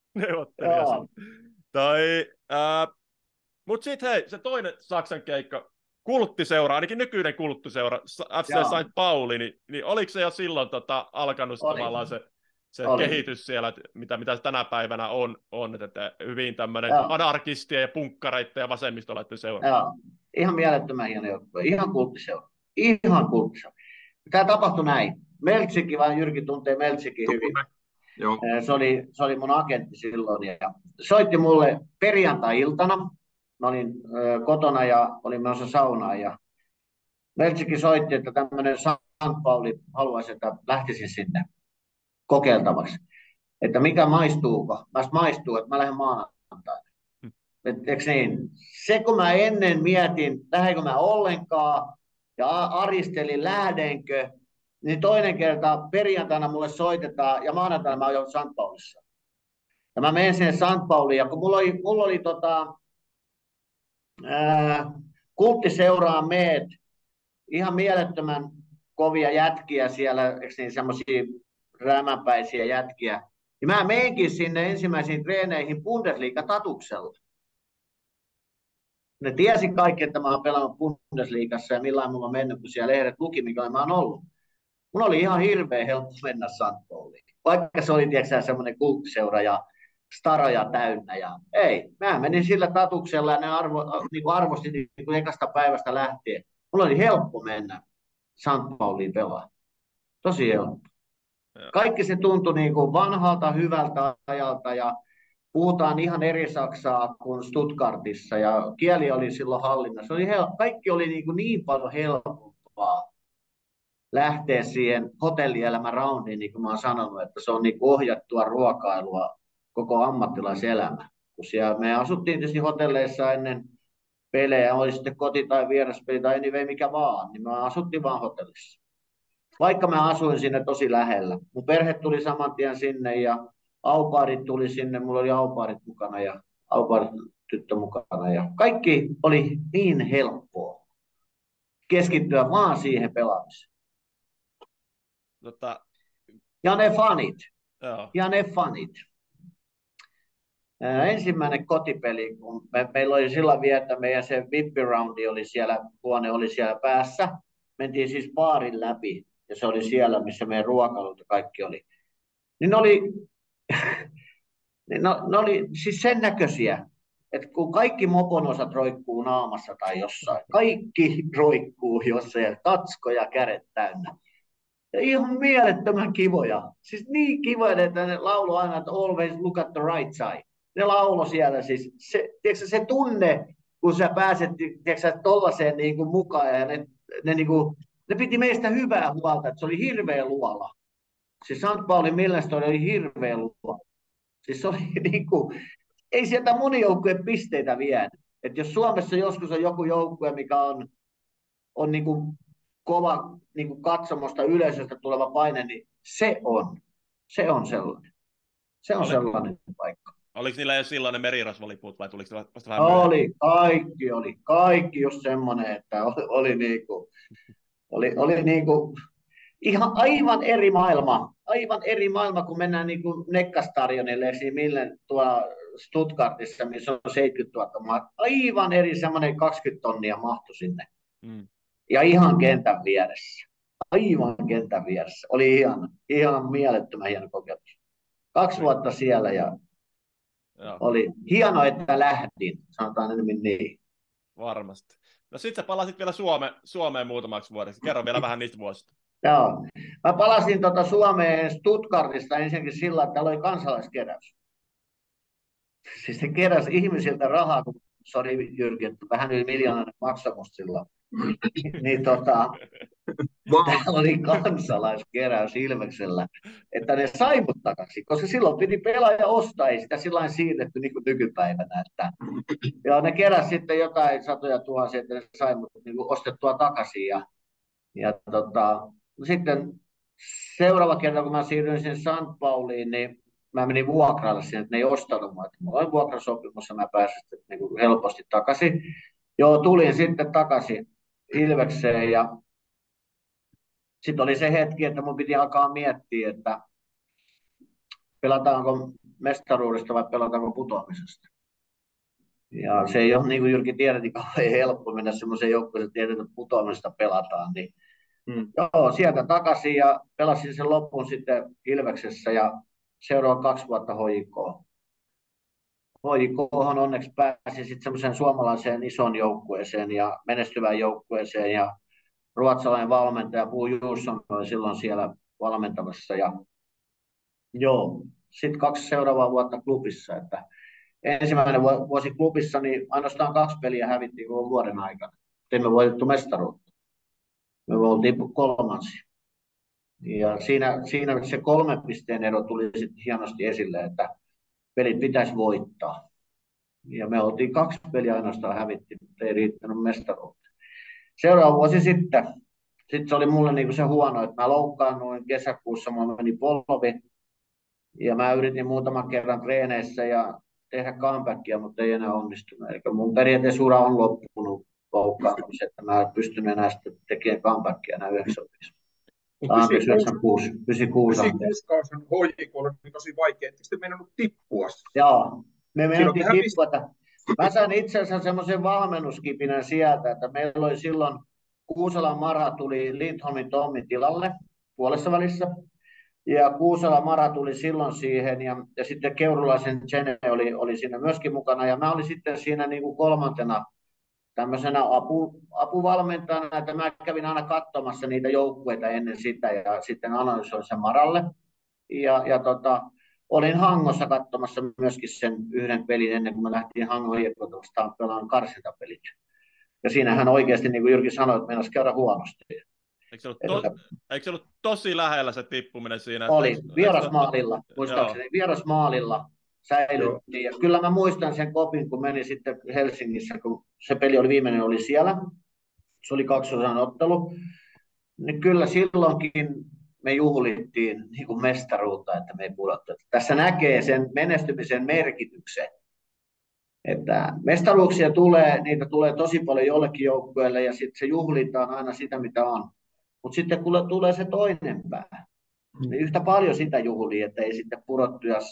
Mutta sitten hei, se toinen Saksan keikka, kulttiseura, ainakin nykyinen kulttiseura, FC St. Pauli, niin oliko se jo silloin alkanut tavallaan se kehitys siellä, mitä tänä päivänä on että hyvin tämmöinen anarkistien ja punkkareiden ja vasemmistolaisten seura? Joo, ihan mielettömän hieno joukkue, ihan kulttiseura. Tämä tapahtui näin. Meltsikin, vaan Jyrki tuntee Meltsikin hyvin. Joo. Se oli mun agentti silloin ja soitti mulle perjantai-iltana. Mä olin kotona ja olin menossa saunaan ja Meltsikin soitti, että tämmöinen St. Pauli haluaisi, että lähtisin sinne kokeiltavaksi. Että mikä maistuuko? Mä maistuu, että mä lähden maanantaina. Eikö niin? Se kun mä ennen mietin, lähdenkö mä ollenkaan ja aristelin lähdenkö, niin toinen kerta perjantaina mulle soitetaan ja maanantaina mä oon St. Paulissa. Ja mä menen sinne St. Pauliin ja kun mulla oli kulttiseuraan meet, ihan mielettömän kovia jätkiä siellä, eikö niin semmoisia rämänpäisiä jätkiä. Ja mä menenkin sinne ensimmäisiin treeneihin Bundesliga-tatuksella. Ne tiesi kaikki, että mä oon pelannut Bundesliigassa ja millään mulla on mennyt, kun siellä lehdet luki, mikä mä oon ollut. Mun oli ihan hirveän helppo mennä St. Pauliin. Vaikka se oli semmoinen kulttiseura ja staroja täynnä. Ja ei, mä menin sillä tatuksella ja ne arvosti niin kuin ekasta päivästä lähtien. Mulla oli helppo mennä St. Pauliin pelaamaan. Tosi helppo. Kaikki se tuntui niin kuin vanhalta, hyvältä ajalta ja puhutaan ihan eri saksaa kuin Stuttgartissa ja kieli oli silloin hallinnassa. Kaikki oli niin paljon helpompaa lähteä siihen hotellielämän roundiin, niin kuin mä oon sanonut, että se on niin kuin ohjattua ruokailua koko ammattilaiselämä. Kun siellä me asuttiin tietysti hotelleissa ennen pelejä, oli sitten koti- tai vieraspeli tai anyway mikä vaan, niin me asuttiin vaan hotellissa. Vaikka mä asuin sinne tosi lähellä. Mun perhe tuli saman tien sinne ja aupaarit tuli sinne, mulla oli aupaarit mukana ja aupaarit tyttö mukana ja kaikki oli niin helppoa keskittyä vaan siihen pelaamiseen. Ja ne fanit. Joo. Ja ne fanit. Ensimmäinen kotipeli, kun meillä oli sillä vielä, että meidän se VIP-roundi oli siellä, huone oli siellä päässä. Mentiin siis baarin läpi ja se oli siellä, missä meidän ruokailut ja kaikki oli. Niin ne oli siis sen näköisiä, että kun kaikki mopon osat roikkuu naamassa tai jossain, kaikki roikkuu jossain ja katsko ja kädet täynnä. Ja ihan mielettömän kivoja. Siis niin kivoja, että ne lauloi aina, että always look at the right side. Ne lauloi siellä siis. Se tunne, kun sä pääset tollaiseen niin kuin mukaan ja ne piti meistä hyvää huolta, että se oli hirveä luola. Siis St. Paulin Millenstory oli hirveä luola. Siis se oli niin kuin, ei sieltä moni joukkueen pisteitä vienyt. Että jos Suomessa joskus on joku joukkue, mikä on niin kuin kova niin kuin katsomosta yleisöstä tuleva paine, niin se on sellainen. Se on sellainen paikka. Oliko niillä jo silloin ne merirasvaliput vai tuliko se vasta vähän myöhemmin? Kaikki just semmoinen, että oli niinku ihan aivan eri maailma, kun mennään niinku Neckar-stadionille, esimerkiksi tuolla Stuttgartissa, missä on 70 000, aivan eri semmoinen 20 tonnia mahtui sinne. Ja ihan kentän vieressä. Oli ihan mielettömän hieno kokemus. 2 vuotta siellä ja oli hieno, että lähdin, sanotaan enemmän niin. Varmasti. No sit sä palasit vielä Suomeen muutamaksi vuodeksi. Kerro vielä vähän niistä vuosista. Joo. Mä palasin Suomeen Stuttgartista ensinnäkin sillä, että täällä oli kansalaiskeräys. Siis se keräsi ihmisiltä rahaa, kun sori Jyrki, että vähän yli 1 000 000 maksoi musta silloin. Niin täällä oli kansalaiskeräys Ilveksellä, että ne sai mut takaisin, koska silloin piti pelaaja ostaa, ei sitä sillain siirretty niin kuin nykypäivänä. Ja ne keräsi sitten jotain satoja tuhansia, että ne sai mut niin kuin ostettua takaisin. Sitten seuraava kerta, kun mä siirryin sinne St. Pauliin, niin mä menin vuokralle sinne, että ne ei ostanut mua. Mulla oli vuokrasopimus ja mä pääsin niin kuin helposti takaisin. Joo, tulin sitten takaisin Ilvekseen ja sitten oli se hetki, että mun piti alkaa miettiä, että pelataanko mestaruudesta vai pelataanko putoamisesta. Ja se ei ole, niin kuin Jyrki tiedät, niin kauhean helppo mennä semmoiseen joukkueeseen, että tiedät, että putoamisesta pelataan. Niin joo, sieltä takaisin ja pelasin sen loppuun sitten Ilveksessä ja seuraavan 2 vuotta HJK:hon. HJK:hon onneksi pääsin sitten semmoiseen suomalaiseen ison joukkueeseen ja menestyvään joukkueeseen ja ruotsalainen valmentaja Bo Jusson oli silloin siellä valmentamassa ja joo, sitten 2 seuraavaa vuotta klubissa, että ensimmäinen vuosi klubissa, niin ainoastaan 2 peliä hävittiin koko vuoden aikana. Emme voitettu mestaruutta. Me oltiin 3. Ja siinä se 3 pisteen ero tuli sitten hienosti esille, että pelit pitäisi voittaa. Ja me oltiin 2 peliä ainoastaan hävittiin, mutta ei riittänyt mestaruutta. Seuraava vuosi sitten se oli mulle niinku se huono, että mä loukkaannuin kesäkuussa, mulla meni polvi. Ja mä yritin muutaman kerran treeneissä ja tehdä comebackia, mutta ei enää onnistunut. Eli mun periaatteessa ura on loppunut loukkaantumisen, että mä en pystynyt enää tekemään comebackia enää 95. 96 kausi on HJK:lla tosi vaikea. Ettekö te meinannut tippua? Joo, me mentiin tippua. Mä sain itse asiassa semmoisen valmennuskipinän sieltä, että meillä oli silloin Kuusalan Mara tuli Lindholmin Tommin tilalle puolessa välissä. Ja Kuusala Mara tuli silloin siihen ja sitten Keurulaisen Jene oli siinä myöskin mukana. Ja mä olin sitten siinä niin kuin 3. tämmöisenä apuvalmentajana, että mä kävin aina katsomassa niitä joukkueita ennen sitä ja sitten analysoin sen Maralle. olin Hangossa katsomassa myöskin sen yhden pelin ennen kuin mä lähtiin Hangon IFK:ta vastaan pelaamaan karsintapelit. Ja siinähän oikeasti, niin kuin Jyrki sanoi, että meinasi käydä huonosti. Eikö se ollut tosi lähellä se tippuminen siinä? Oli, vierasmaalilla, muistaakseni, vierasmaalilla säilyttiin. Ja kyllä mä muistan sen kopin, kun meni sitten Helsingissä, kun se peli oli viimeinen, oli siellä. Se oli 2-osainen ottelu. Niin kyllä silloinkin me juhlittiin niin kuin mestaruutta, että me ei pudottu. Tässä näkee sen menestymisen merkityksen. Että mestaruuksia tulee, niitä tulee tosi paljon jollekin joukkueelle ja sitten se juhlitaan aina sitä, mitä on. Mutta sitten kun tulee se toinen pää, niin yhtä paljon sitä juhlii, että ei sitten pudottu. Ja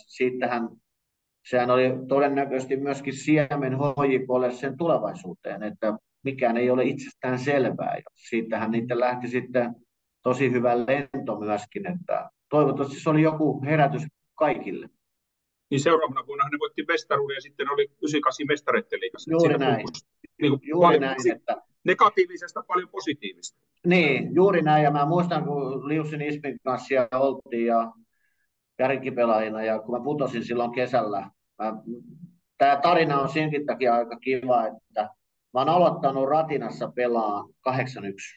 sehän oli todennäköisesti myöskin siemen HJK:lle sen tulevaisuuteen, että mikään ei ole itsestään selvää. Ja siitähän niitä lähti sitten tosi hyvä lento myöskin, että toivottavasti se oli joku herätys kaikille. Niin seuraavana vuonna ne voitti mestaruuden ja sitten oli 98 mestareiden liigassa. Juuri näin. Juuri näin, että negatiivisesta paljon positiivista. Niin, juuri näin. Ja mä muistan, kun Liusin Ismin kanssa siellä oltiin ja kärkipelaajina, ja kun mä putosin silloin kesällä. Tämä tarina on senkin takia aika kiva, että mä oon aloittanut Ratinassa pelaan 81.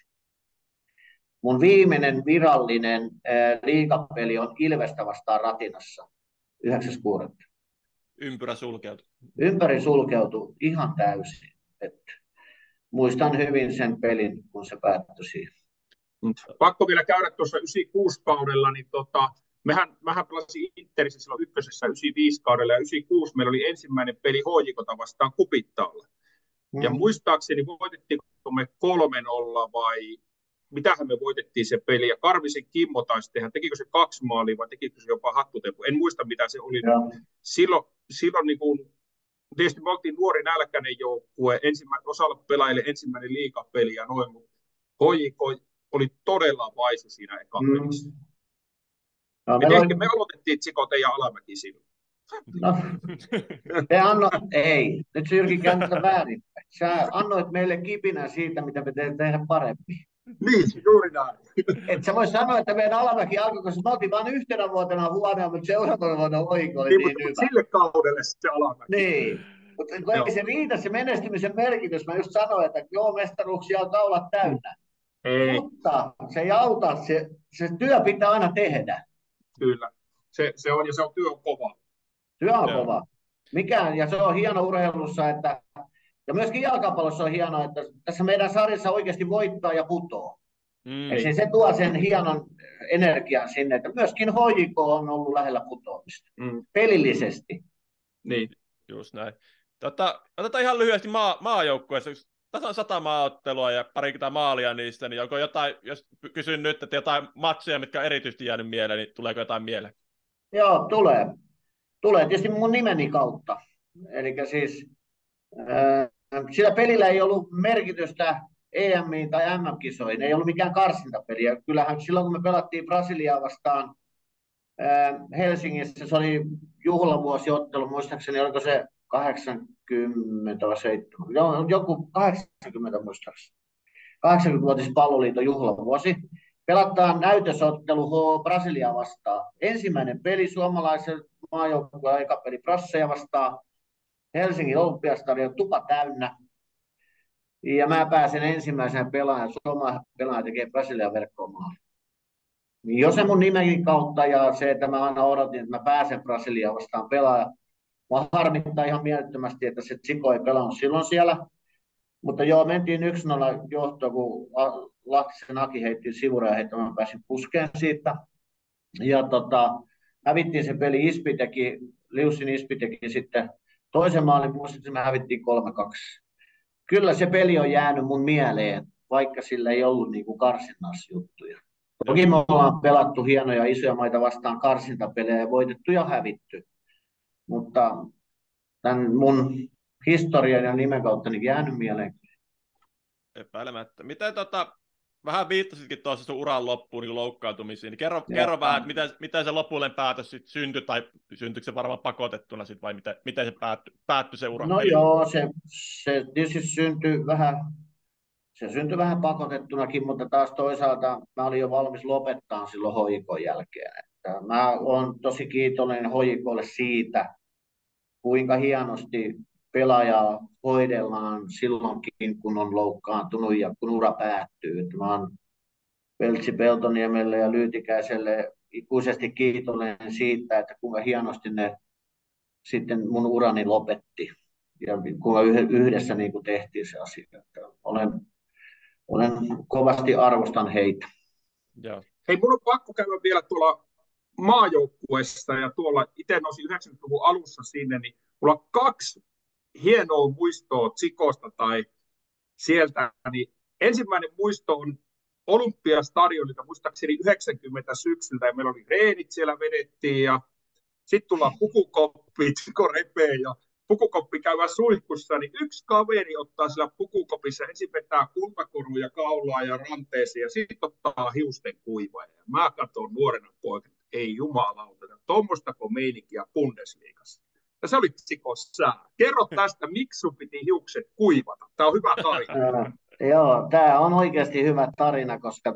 Mun viimeinen virallinen liigapeli on Ilvestä vastaan Ratinassa 9.6. Ympyrä sulkeutui. Ympäri sulkeutui ihan täysin. Että muistan hyvin sen pelin, kun se päättyi siihen. Pakko vielä käydä tuossa 96 kaudella, niin mähän pelasin Interissä silloin ykkösessä 95 kaudella, ja 96 meillä oli ensimmäinen peli HJK:ta vastaan Kupittaalla. Ja muistaakseni voitettiinko me 3-0 vai mitähän me voitettiin se peli, ja Karvisen Kimmo taisi tehdä, tekikö se 2 maalia vai tekikö se jopa hattutempu, en muista mitä se oli. Silloin niin kuin, tietysti me oltiin nuori nälkäinen joukkue, osalla pelaajille ensimmäinen liigapeli ja noin, mutta HJK oli todella vaisu siinä eka pelissä. Me aloitettiin Tsikote ja Alamäki silloin. No, ei, nyt se Jyrki kääntää väärin. Sä annoit meille kipinä siitä, mitä me tehdä paremmin. Niin, juuri näin. Et sä voi sanoa, että meidän Alamäki alkoi, koska me oltiin vain yhtenä vuotena huonoa, mutta seuraavana vuonna HJK oli niin hyvä. Sille kaudelle se Alamäki. Niin, mutta ei se riitä se menestymisen merkitys. Mä just sanoin, että joo, mestaruuksia on kaulat täynnä. Ei. Mutta se ei auta, se työ pitää aina tehdä. Kyllä, se on, ja se on työ on kova. Työ on kova. Ja se on hieno urheilussa, että ja myöskin jalkapallossa on hienoa, että tässä meidän sarjassa oikeasti voittaa ja putoo. Se tuo sen hienon energian sinne, että myöskin HJK on ollut lähellä putoamista. Pelillisesti. Niin, just näin. Otetaan ihan lyhyesti maajoukkueessa. Tässä on 100 maaottelua ja parikymmentä maalia niistä, niin onko jotain, jos kysyn nyt, että jotain matseja, mitkä on erityisesti jäänyt mieleen, niin tuleeko jotain mieleen? Joo, tulee. Tulee tietysti mun nimeni kautta. Eli siis sillä pelillä ei ollut merkitystä EM- tai MM-kisoihin, ei ollut mikään karsintapeli. Kyllähän silloin, kun me pelattiin Brasiliaa vastaan Helsingissä, se oli juhlavuosiottelu, muistaakseni oliko se 80 vai 70, joku 80 muistaakseni. 80-vuotis palloliiton juhlavuosi. Pelataan näytösottelu Brasiliaa vastaan. Ensimmäinen peli suomalaisen maajoukkueen eka peli Brasseja vastaan. Helsingin Olympiastadion tupa täynnä. Ja mä pääsen ensimmäisenä pelaajan. Suomalainen pelaaja tekee Brasilian verkkoon maali. Jo se mun nimeni kautta ja se, että mä aina odotin, että mä pääsen Brasiliaan vastaan pelaaja. Mä harmittaa ihan mielettömästi, että se Tsiko ei pelannut silloin siellä. Mutta joo, mentiin 1-0 johtoon, kun Lahtisen Aki heitti sivuraja, mä pääsin puskeen siitä. Ja hävittiin se peli, Liusin Ispi teki sitten toisen maalin, muistin, me hävittiin 3-2. Kyllä se peli on jäänyt mun mieleen, vaikka sillä ei ollut niinku karsinnassa juttuja. Toki me ollaan pelattu hienoja isoja maita vastaan karsintapelejä ja voitettu ja hävitty. Mutta tämän mun historian ja nimen kautta niin jäänyt mieleen. Epäilemättä. Miten vähän viittasitkin tuossa sun uran loppuun niin loukkaantumisiin, niin kerro vähän, että miten se lopullinen päätös sitten syntyi, tai syntyykö se varmaan pakotettuna sit, vai miten se päättyi se ura? No joo, se tietysti syntyi vähän pakotettunakin, mutta taas toisaalta mä olin jo valmis lopettaa silloin HJK:n jälkeen. Että mä olen tosi kiitollinen Hojikolle siitä, kuinka hienosti pelaajaa hoidellaan silloinkin, kun on loukkaantunut ja kun ura päättyy. Että mä oon Peltsi Peltoniemelle ja Lyytikäiselle ikuisesti kiitollinen siitä, että kuinka hienosti ne sitten mun urani lopetti ja kuinka yhdessä niin kuin tehtiin se asia. Että olen kovasti arvostan heitä. Joo. Hei, mun on pakko käydä vielä tuolla maajoukkueessa ja tuolla itse nousin 90-luvun alussa sinne, niin mulla on 2 hienoa muistoa Tsikosta tai sieltä. Niin ensimmäinen muisto on Olympiastadionilta, muistaakseni 90 syksyltä, ja meillä oli reenit siellä vedettiin, ja sitten tullaan pukukoppi, Tsiko repee, ja pukukoppi käydään suihkussa, niin yksi kaveri ottaa siellä pukukopissa, ensin vetää kulmakoruja kaulaa ja ranteeseen, ja sitten ottaa hiusten kuivaajan. Mä katson nuorena poikana, ei jumalauta, tuommoistako meininkiä Bundesliigassa. Ja se oli Tsikossa. Kerro tästä, miksi sun piti hiukset kuivata. Tämä on hyvä tarina. Joo, tämä on oikeasti hyvä tarina, koska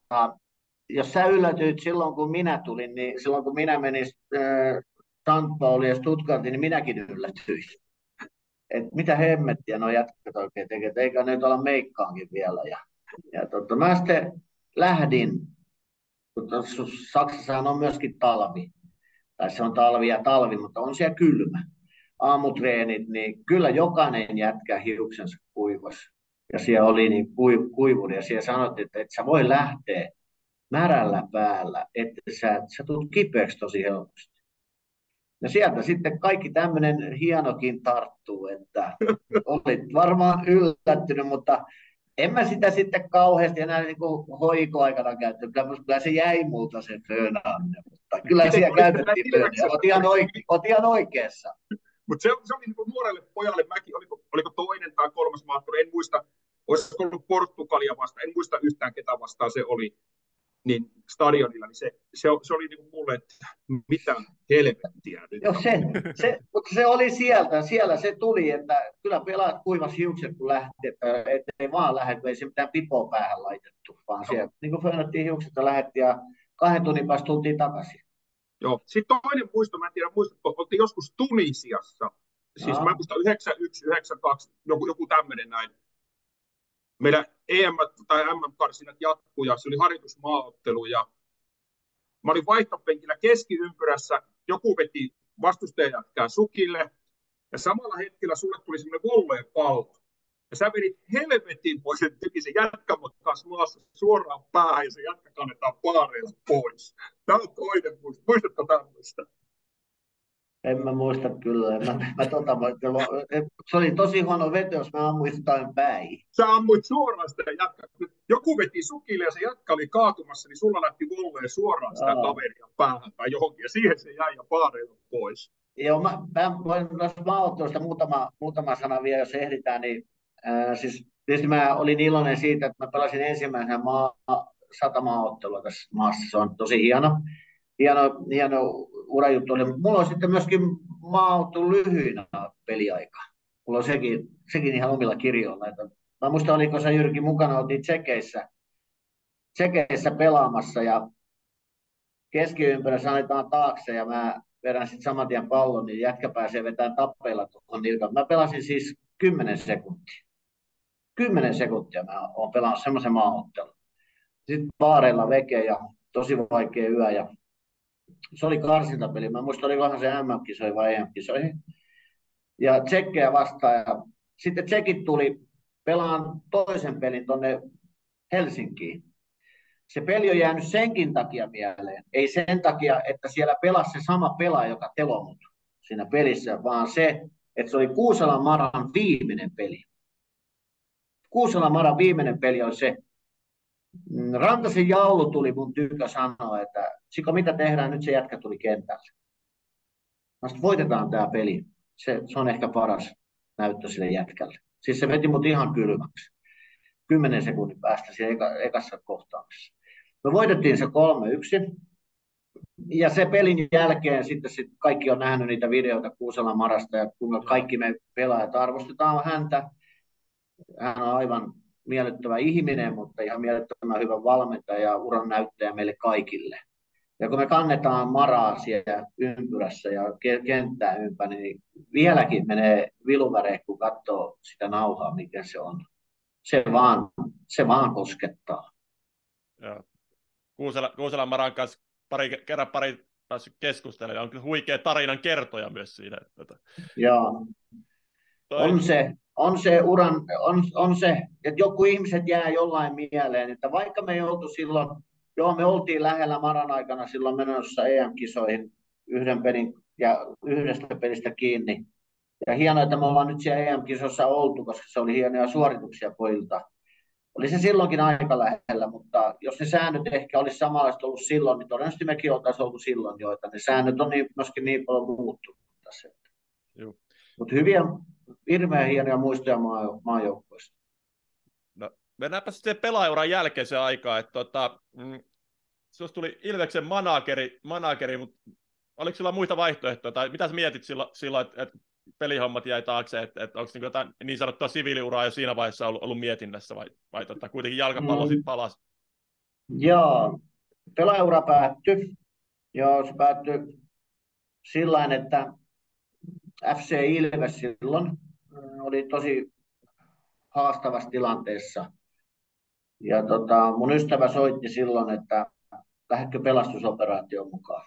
jos sä yllätyit silloin, kun minä tulin, niin silloin kun minä menin St. Pauli ja Stuttgartiin, niin minäkin yllätyin. Et mitä hemmettiä nuo jätkät oikein tekevät, eikä nyt olla meikkaankin vielä. Mä sitten lähdin, kun Saksassahan on myöskin talvi, tai se on talvi ja talvi, mutta on siellä kylmä. Aamutreenit, niin kyllä jokainen jätkä hiuksensa kuivasi. Ja siellä oli niin kuivuri, ja siellä sanottiin, että et sä voi lähteä märällä päällä, että sä tulet kipeäksi tosi helposti. Ja sieltä sitten kaikki tämmöinen hienokin tarttuu, että olit varmaan yllättynyt, mutta en mä sitä sitten kauheasti enää niin kuin hoikoaikana käyttänyt. Kyllä se jäi multa se föönaaminen, mutta kyllä siellä käytettiin fööniä. Oot ihan oikeassa. Mutta se oli niin kuin nuorelle pojalle, oliko toinen tai kolmas maatturi, en muista, olisiko ollut Portugalia vastaan, en muista yhtään ketä vastaan se oli, niin stadionilla, niin se oli niin kuin mulle, että mitä helvettiä nyt. Joo, mutta se oli siellä se tuli, että kyllä pelaat kuivas hiukset, kun lähti, että ei vaan lähde, kun ei se mitään pipoa päähän laitettu, vaan siellä niin kuin föönattiin hiukset ja lähti ja 2 tunnin päästä tultiin takaisin. Joo. Sitten toinen muisto, mä en tiedä muistatko, oltiin joskus Tunisiassa, siis mä muistan 91, 92, joku tämmöinen näin. Meidän EM- tai MM-karsinat jatkuu ja se oli harjoitusmaaottelu ja mä olin vaihtopenkillä keskiympyrässä, joku veti vastustajan jätkää sukille ja samalla hetkellä sulle tuli semmoinen volleen pallo. Ja sä vedit helvetin pois, että teki se jätkä kanssa maassa suoraan päähän ja se jätkä kannetaan paareilla pois. Tämä on toinen muisto. Muistatko tämmöistä? En mä muista kyllä. Se oli tosi huono veto, jos mä ammuin jotain päin. Sä ammuit suoraan sitä jätkää. Joku veti sukille ja se jätkä oli kaatumassa, niin sulla lähti volleen suoraan sitä kaveria päähän tai johonkin. Ja siihen se jäi ja paareilla pois. Joo, mä voin tuosta maaottelusta muutama sana vielä, jos ehditään. Niin, siis tietysti mä olin iloinen siitä, että mä pelasin ensimmäisenä 100 maaottelua tässä maassa. Se on tosi hieno urajuttu. Mulla on sitten myöskin maaottu lyhyinä peliaika. Mulla on sekin ihan omilla kirjoilla. Mä muistan, oliko se Jyrki mukana, oltiin Tsekeissä pelaamassa ja keskiympyrässä annetaan taakse ja mä vedän sitten saman tien pallon, niin jätkä pääsee vetämään tappeilla tuohon nilkan. Mä pelasin siis 10 sekuntia. 10 sekuntia mä oon pelannut semmoisen maaottelun. Sitten paareilla veke ja tosi vaikea yö ja se oli karsintapeli. Mä muistan, olikohan se MM-kisoihin vai EM-kisoihin. Ja tsekkejä vastaan. Ja sitten tsekit tuli pelaan toisen pelin tuonne Helsinkiin. Se peli on jäänyt senkin takia mieleen. Ei sen takia, että siellä pelasi se sama pelaaja, joka teloi mut siinä pelissä, vaan se, että se oli Kuusalan Maran viimeinen peli. Kuusalan Maran viimeinen peli oli se. Rantasen Jaulu tuli mun tykö sanoa, että Siko, mitä tehdään, nyt se jätkä tuli kentälle. Mä sitten voitetaan tämä peli. Se on ehkä paras näyttö sille jätkälle. Siis se veti mut ihan kylmäksi. 10 sekunnin päästä siinä ekassa kohtaamisessa. Me voitettiin se 3-1. Ja se pelin jälkeen sitten kaikki on nähnyt niitä videoita Kuusalan Marasta ja kun kaikki me pelaajat arvostetaan häntä. Hän on aivan miellyttävä ihminen, mutta ihan miellyttävän hyvä valmentaja ja uran näyttäjä meille kaikille. Ja kun me kannetaan maraa siellä ympyrässä ja kenttää ympäri, niin vieläkin menee viluväreä, kun katsoo sitä nauhaa, mikä se on. Se vaan koskettaa. Joo. Kuuselan Maran kanssa kerran päässyt keskustelemaan. On kyllä huikea tarinan kertoja myös siinä. Joo. On se, että joku ihmiset jää jollain mieleen, että vaikka me ei oltu silloin, me oltiin lähellä Maran aikana silloin menossa EM-kisoihin yhdestä pelistä kiinni. Ja hienoa, että me ollaan nyt siellä EM-kisossa oltu, koska se oli hienoja suorituksia pojilta. Oli se silloinkin aika lähellä, mutta jos ne säännöt ehkä olisi samanlaista ollut silloin, niin todennäköisesti mekin oltaisiin oltu silloin jo, että ne säännöt on myöskin niin paljon muuttunut tässä. Mutta hyviä, hirveän hienoja muistoja maajoukkoista. No, mennäänpä sitten pelaajuran jälkeiseen aikaan. Että sinusta tuli Ilveksen manageri, mutta oliko sillä muita vaihtoehtoja? Tai mitä sä mietit silloin, että pelihommat jäi taakse, että onko niin jotain niin sanottua siviiliuraa jo siinä vaiheessa ollut mietinnässä, vai kuitenkin jalkapallo sitten palasi? Joo, pelaajaura päättyi. Joo, se päättyi sillain, että FC Ilves silloin oli tosi haastavassa tilanteessa. Ja mun ystävä soitti silloin, että lähdetkö pelastusoperaatioon mukaan.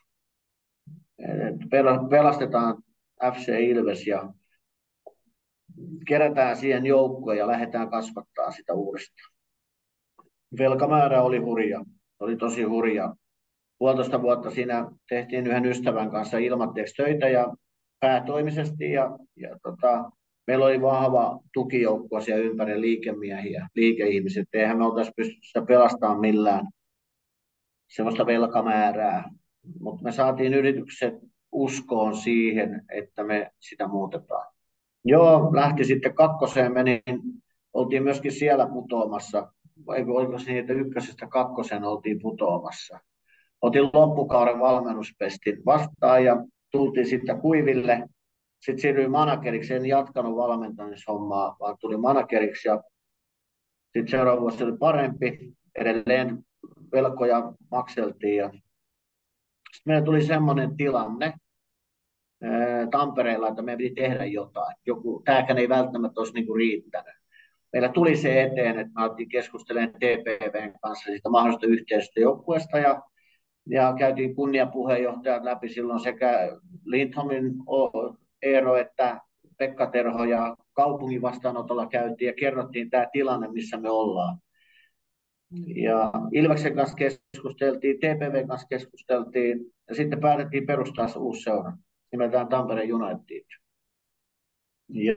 Pelastetaan FC Ilves ja kerätään siihen joukkoon ja lähdetään kasvattaa sitä uudestaan. Velkamäärä oli hurja, oli tosi hurja. 1,5 vuotta siinä tehtiin yhden ystävän kanssa ilmatteeksi töitä ja päätoimisesti ja meillä oli vahva tukijoukko siellä ympäri, liikemiehiä, liikeihmisiä. Eihän me oltaisi pystynyt sitä pelastamaan millään sellaista velkamäärää, mutta me saatiin yritykset uskoon siihen, että me sitä muutetaan. Joo, lähti sitten 2. oltiin myöskin siellä putoamassa. Oliko se niin, että 1-2 oltiin putoamassa. Otin loppukauden valmennuspestin vastaan ja tultiin sitten kuiville. Sitten siirryin manageriksi, en jatkanut valmentamishommaa, vaan tuli manageriksi. Ja sitten seuraava vuosi oli parempi. Edelleen velkoja makseltiin. Ja sitten meillä tuli semmoinen tilanne Tampereella, että meidän piti tehdä jotain. Tämäkään ei välttämättä olisi niinku riittänyt. Meillä tuli se eteen, että me alettiin keskustelemaan TPVn kanssa siitä mahdollisesta yhteisestä joukkueesta ja käytiin kunniapuheenjohtajat läpi silloin sekä Lindholmin Eero että Pekka Terho ja kaupungin vastaanotolla käytiin ja kerrottiin tämä tilanne, missä me ollaan. Ja Ilveksen kanssa keskusteltiin, TPVn kanssa keskusteltiin ja sitten päätettiin perustaa se uusi seura nimeltään Tampereen United. Ja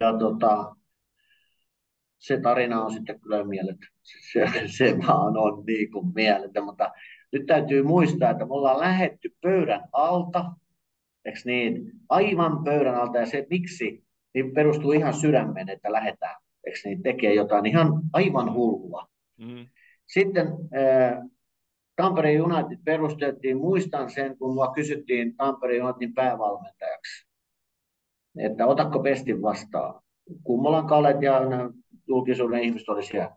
se tarina on sitten kyllä mieletön. Se vaan on niin kuin mieletön, mutta nyt täytyy muistaa, että me ollaan lähdetty pöydän alta, eikö niin, aivan pöydän alta, ja se miksi, niin perustuu ihan sydämeen, että lähdetään, eikö niin, tekee jotain ihan aivan hullua. Mm. Sitten Tampereen United perustettiin, muistan sen, kun mua kysyttiin Tampereen Unitedin päävalmentajaksi, että otatko pestin vastaan. Kummolan Kalet ja julkisuuden ihmiset oli siellä.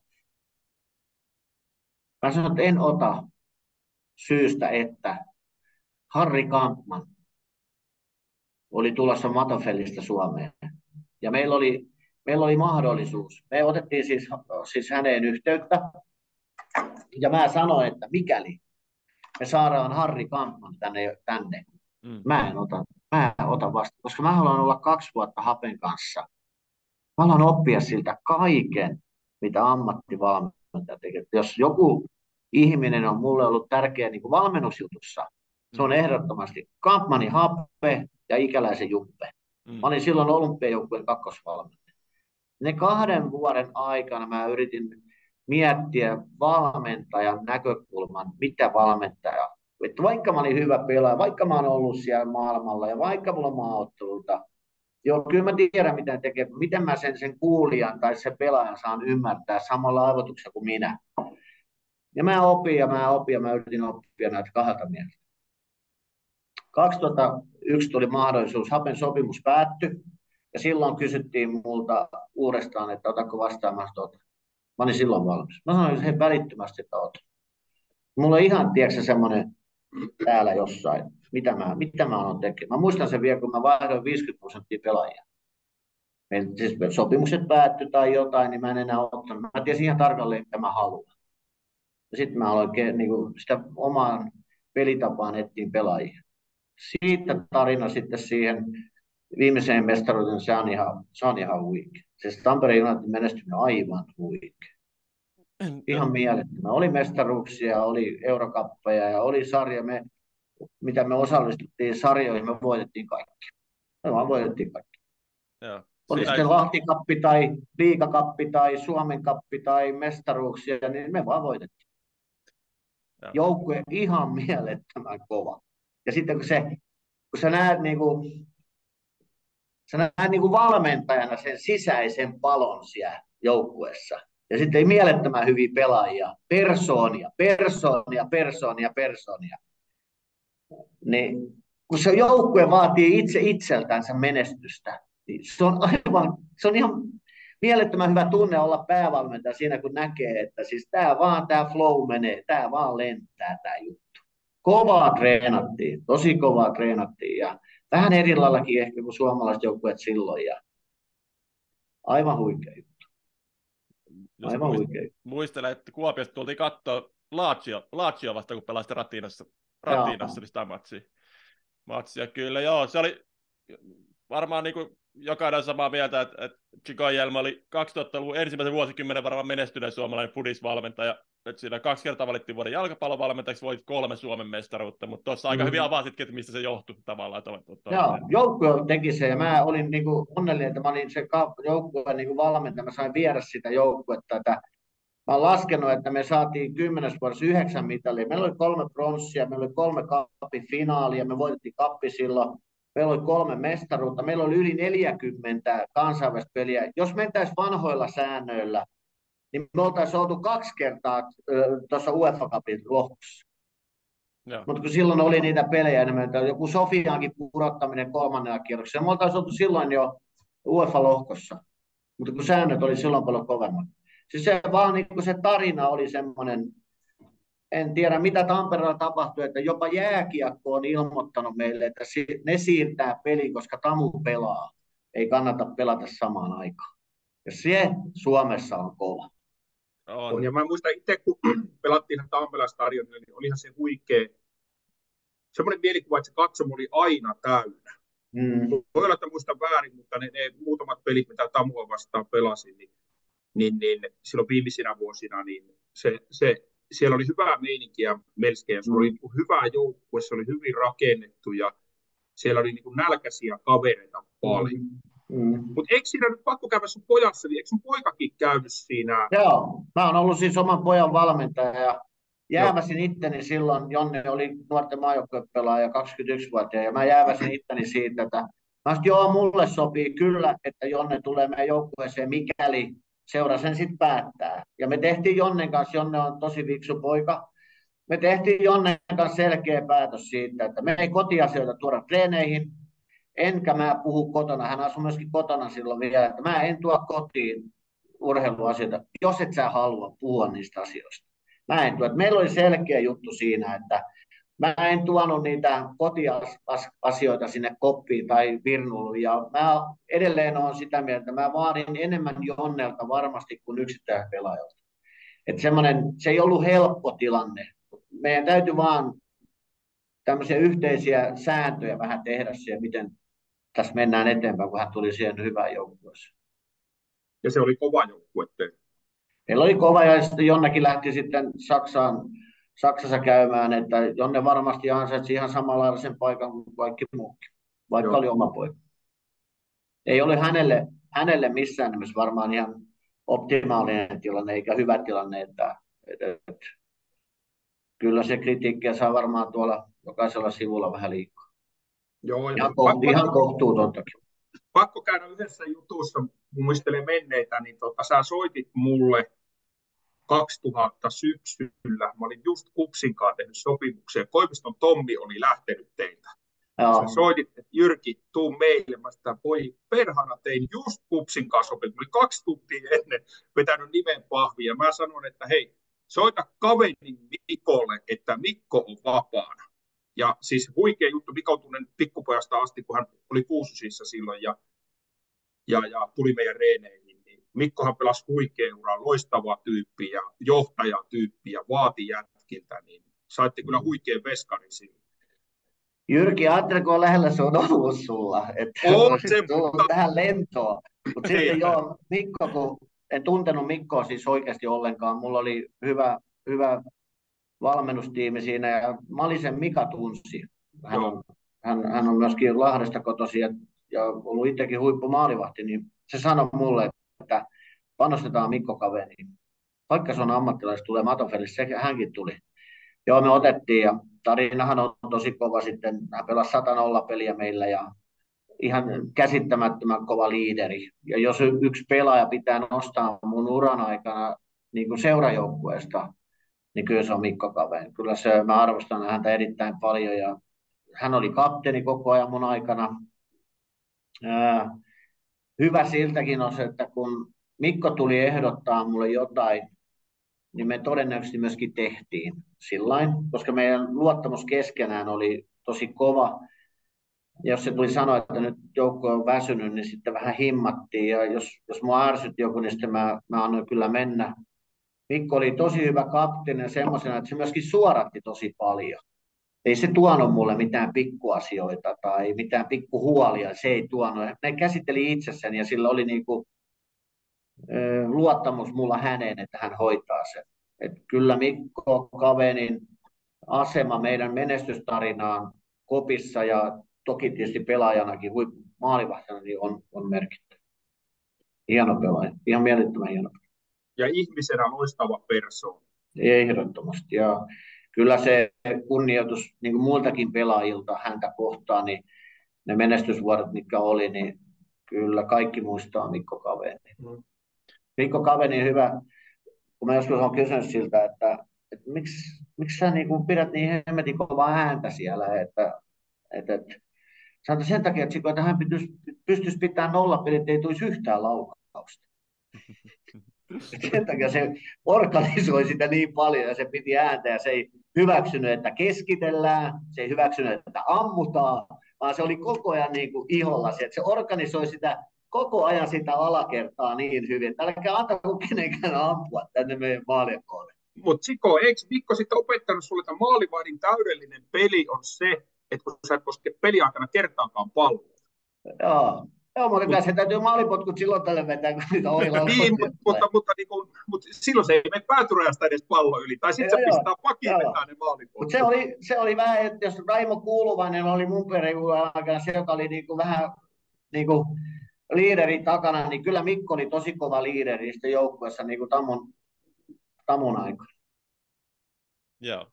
Mä sanoin, että en ota syystä, että Harri Kampman oli tulossa Matofellista Suomeen. Ja meillä oli mahdollisuus. Me otettiin siis häneen yhteyttä. Ja mä sanoin, että mikäli me saadaan Harri Kampman tänne, mä en ota vasta, koska mä haluan olla 2 vuotta Hapen kanssa. Mä haluan oppia siltä kaiken, mitä ammattivalmentaja tekee. Jos joku ihminen on mulle ollut tärkeä niin kuin valmennusjutussa, se on ehdottomasti Kampmanin Happe ja Ikäläisen Juppe. Mä olin silloin Olympiajoukkueen 2-valmentaja. Ne 2 vuoden aikana mä yritin miettiä valmentajan näkökulman, mitä valmentaja. Että vaikka mä olin hyvä pelaaja, vaikka mä olen ollut siellä maailmalla ja vaikka mulla on maaotteluita, joo, kyllä mä tiedän, miten mä sen kuulijan tai sen pelaajan saan ymmärtää samalla aivotuksella kuin minä. Ja mä yritin oppia näitä 2 miestä. 2001 tuli mahdollisuus, Hapen sopimus päättyi, ja silloin kysyttiin multa uudestaan, että otatko vastaamasta. Mä olin silloin valmis. Mä sanoin, että he välittömästi, että otan. Mulla on ihan, tiedätkö, semmoinen täällä jossain. Mitä mä olen tekemään? Mä muistan sen vielä, kun mä vaihdoin 50% pelaajia. Siis sopimukset päättyi tai jotain, niin mä en enää ottanut. Mä tiesin ihan tarkalleen, mitä mä haluan. Ja sitten mä aloin niin sitä omaan pelitapaan etsiä pelaajia. Siitä tarina sitten siihen viimeiseen mestaruuteen, se on ihan huikea. Siis Tampereen United menestyminen on aivan huikea. Ihan mielettömän. Oli mestaruuksia, oli eurokappeja ja oli sarja. Mitä me osallistuttiin sarjoihin, me voitettiin kaikki. Me vaan voitettiin kaikki. Joo. Oli sitten Lahtikappi tai Liigakappi tai Suomen kappi tai mestaruuksia, niin me vaan voitettiin. Joukkue ihan mielettömän kova. Ja sitten kun sä näet valmentajana sen sisäisen palon siellä joukkueessa. Ja sitten mielettömän hyviä pelaajia, persoonia. Niin, kun se joukkue vaatii itseltänsä menestystä, niin se on ihan mielettömän hyvä tunne olla päävalmentaja siinä, kun näkee, että siis tämä flow menee, tämä vaan lentää tämä juttu. Tosi kovaa treenattiin ja vähän eri laillakin ehkä kuin suomalaiset joukkueet silloin. Ja aivan huikea juttu. Muistelen, että Kuopiosta tultiin katsoa Lazio vasta, kun pelasitte Ratinassa sitä matsia. Kyllä, joo, se oli varmaan niin kuin jokainen samaa mieltä, että Chico Jelma oli 2000-luvun ensimmäisen vuosikymmenen varmaan menestyneen suomalainen fudisvalmentaja. Nyt siinä 2 kertaa valittiin vuoden jalkapallovalmentajaksi, voit 3 Suomen mestaruutta, mutta tuossa aika hyvin avasitkin, että mistä se johtui tavallaan. Joo, joukkue teki se ja mä olin onnellinen, että mä olin se joukkueen valmentaja, mä sain viedä sitä joukkuetta. Mä olen laskenut, että me saatiin 10 vuodessa 9 mitalia. Meillä oli 3 pronssia, meillä oli 3 kappifinaalia, me voitettiin kappi silloin. Meillä oli 3 mestaruutta, meillä oli yli 40 kansainvälistä peliä. Jos mentäisiin vanhoilla säännöillä, niin me oltaisiin oltu 2 kertaa tuossa UEFA Cupin lohkossa. Mutta kun silloin oli niitä pelejä enemmän, joku Sofiaankin pudottaminen 3. kierroksella, me oltaisiin oltu silloin jo UEFA-lohkossa. Mutta kun säännöt oli silloin paljon kovemmat. Siis se vaan se tarina oli semmoinen, en tiedä mitä Tampereella tapahtui, että jopa jääkiekko on ilmoittanut meille, että ne siirtää peli, koska Tamu pelaa. Ei kannata pelata samaan aikaan. Ja se Suomessa on kova. On. Ja mä muistan itse, kun pelattiin Tampereella stadionilla, niin olihan se huikea. Semmoinen mielikuva, että se katsomo oli aina täynnä. Voi olla, että muistan väärin, mutta ne muutamat pelit, mitä Tamua vastaan pelasin, niin silloin viimeisinä vuosina, niin siellä oli hyvää meininkiä melkein. Se oli hyvä joukkue, se oli hyvin rakennettu ja siellä oli nälkäisiä kavereita paljon. Mutta eikö siinä nyt pakko käydä sun pojassa, niin eikö sun poikakin käynyt siinä? Joo, mä oon ollut siis oman pojan valmentaja ja jääväsin itteni silloin, Jonne oli nuorten maajoukkuepelaaja 21-vuotiaan ja mä jääväsin itteni siitä, että mulle sopii kyllä, että Jonne tulee meidän joukkueeseen, mikäli seura sen sitten päättää. Ja me tehtiin Jonnen kanssa, Jonne on tosi fiksu poika, me tehtiin Jonnen kanssa selkeä päätös siitä, että me ei kotiasioita tuoda treeneihin, enkä mä puhu kotona, hän asui myöskin kotona silloin vielä, että mä en tuo kotiin urheiluasioita, jos et sä halua puhua niistä asioista. Mä en tuo, että meillä oli selkeä juttu siinä, että mä en tuonut niitä kotiasioita sinne koppiin tai virnuun, ja mä edelleen olen sitä mieltä, että mä vaadin enemmän Jonnelta varmasti kuin yksittäin pelaajalta. Että se ei ollut helppo tilanne. Meidän täytyy vaan tämmöisiä yhteisiä sääntöjä vähän tehdä siihen, miten tässä mennään eteenpäin, kun hän tuli siihen hyvään joukkueeseen. Ja se oli kova joukkue. Meillä oli kova, ja sitten Jonnekin lähti sitten Saksassa käymään, että Jonne varmasti ansaitsi ihan samalla lailla sen paikan kuin kaikki muukin, vaikka oli oma poika. Ei ole hänelle missään nimessä varmaan ihan optimaalinen tilanne eikä hyvä tilanne, että kyllä se kritiikkiä saa varmaan tuolla jokaisella sivulla vähän liikaa. Joo, ihan kohtuutontakin. Pakko käydä yhdessä jutussa, muistelen menneitä, niin sä soitit mulle 2000 syksyllä. Mä olin just Kupsinkaan tehnyt sopimuksen. Koiviston Tommi oli lähtenyt teiltä. Sä soitit, että Jyrki, tuu meille. Mä sitä, voi perhana, tein just Kupsinkaan sopimuksen. Mä olin 2 tuntia ennen vetänyt nimen pahviin. Ja mä sanoin, että hei, soita kaverin Mikolle, että Mikko on vapaana. Ja siis huikea juttu, Mikon tunnen pikkupojasta asti, kun hän oli Kuususissa silloin ja tuli meidän reeneihin. Niin Mikkohan pelasi huikea uraa, loistava tyyppi ja johtajatyyppi ja vaati jätkiltä, niin saitte kyllä huikean veskarin silloin. Jyrki, ajatteliko lähellä se on ollut sulla, että On se, tullut tähän lentoon. Mutta silti Ei. joo, Mikko, kun en tuntenut Mikkoa siis oikeasti ollenkaan. Mulla oli hyvä valmennustiimi siinä ja Malisen Mika tunsi. Hän on myöskin Lahdesta kotoisin ja ollut itsekin huippumaalivahti, niin se sanoi mulle, että panostetaan Mikko Caveniin. Vaikka se on ammattilainen, tulee Matofelissä, hänkin tuli. Joo, me otettiin ja tarinahan on tosi kova sitten. Hän pelasi 100-0 peliä meillä ja ihan käsittämättömän kova liideri. Ja jos yksi pelaaja pitää nostaa mun uran aikana niin kuin seurajoukkueesta, niin kyllä se on Mikko Caveni. Kyllä mä arvostan häntä erittäin paljon ja hän oli kapteeni koko ajan mun aikana. Hyvä siltäkin on se, että kun Mikko tuli ehdottaa mulle jotain, niin me todennäköisesti myöskin tehtiin sillain, koska meidän luottamus keskenään oli tosi kova. Jos se tuli sanoa, että nyt joukko on väsynyt, niin sitten vähän himmattiin. Ja jos mua ärsytti joku, niin sitten mä annoin kyllä mennä. Mikko oli tosi hyvä kapteeni semmoisena, että se myöskin suoratti tosi paljon. Ei se tuonut mulle mitään pikkuasioita tai mitään pikkuhuolia, se ei tuonut. Ne käsitteli itsessään ja sillä oli niinku, luottamus mulla häneen, että hän hoitaa sen. Et kyllä Mikko Cavenin asema meidän menestystarinaan kopissa ja toki tietysti pelaajanakin, maalivahtina, niin on merkittävä. Hieno pelaaja, ihan mielettömän hieno. Ja ihmisenä loistava persoona. Ehdottomasti. Ja kyllä se kunnioitus niin kuin muiltakin pelaajilta häntä kohtaan, niin ne menestysvuodet, mitkä oli, niin kyllä kaikki muistaa Mikko Caveni. Mikko Caveni on hyvä, kun mä joskus olen kysynyt siltä, että miksi sä niin kuin pidät niin hemmetin kovaa ääntä siellä, sanotaan sen takia, että hän pystyisi pitämään nollapelit, ei tulisi yhtään laukausta. Sen takia se organisoi sitä niin paljon ja se piti ääntä ja se ei hyväksynyt, että keskitellään, se ei hyväksynyt, että ammutaan, vaan se oli koko ajan niin kuin iholla se, että se organisoi sitä koko ajan sitä alakertaa niin hyvin, että älkää antako kenenkään ampua tänne meidän maaliakolle. Mutta Siko, eikö Mikko sitten opettanut sulle, että maalivahdin täydellinen peli on se, että kun sä et koske peliaikana kertaakaan palloa? Joo, mutta se täytyy maalipotkut silloin tälle vetää, kun niitä ohjelmaa. Niin, mutta silloin se ei mene päätyrajasta edes pallo yli, tai sitten se pistää pakiin vetää ne maalipotkut. Se oli vähän, että jos Raimo Kuuluvainen oli mun periuuden aikana se, joka oli niinku vähän niinku liiderin takana, niin kyllä Mikko oli tosi kova liideri sitten joukkueessa niinku Tamun aikana. Joo.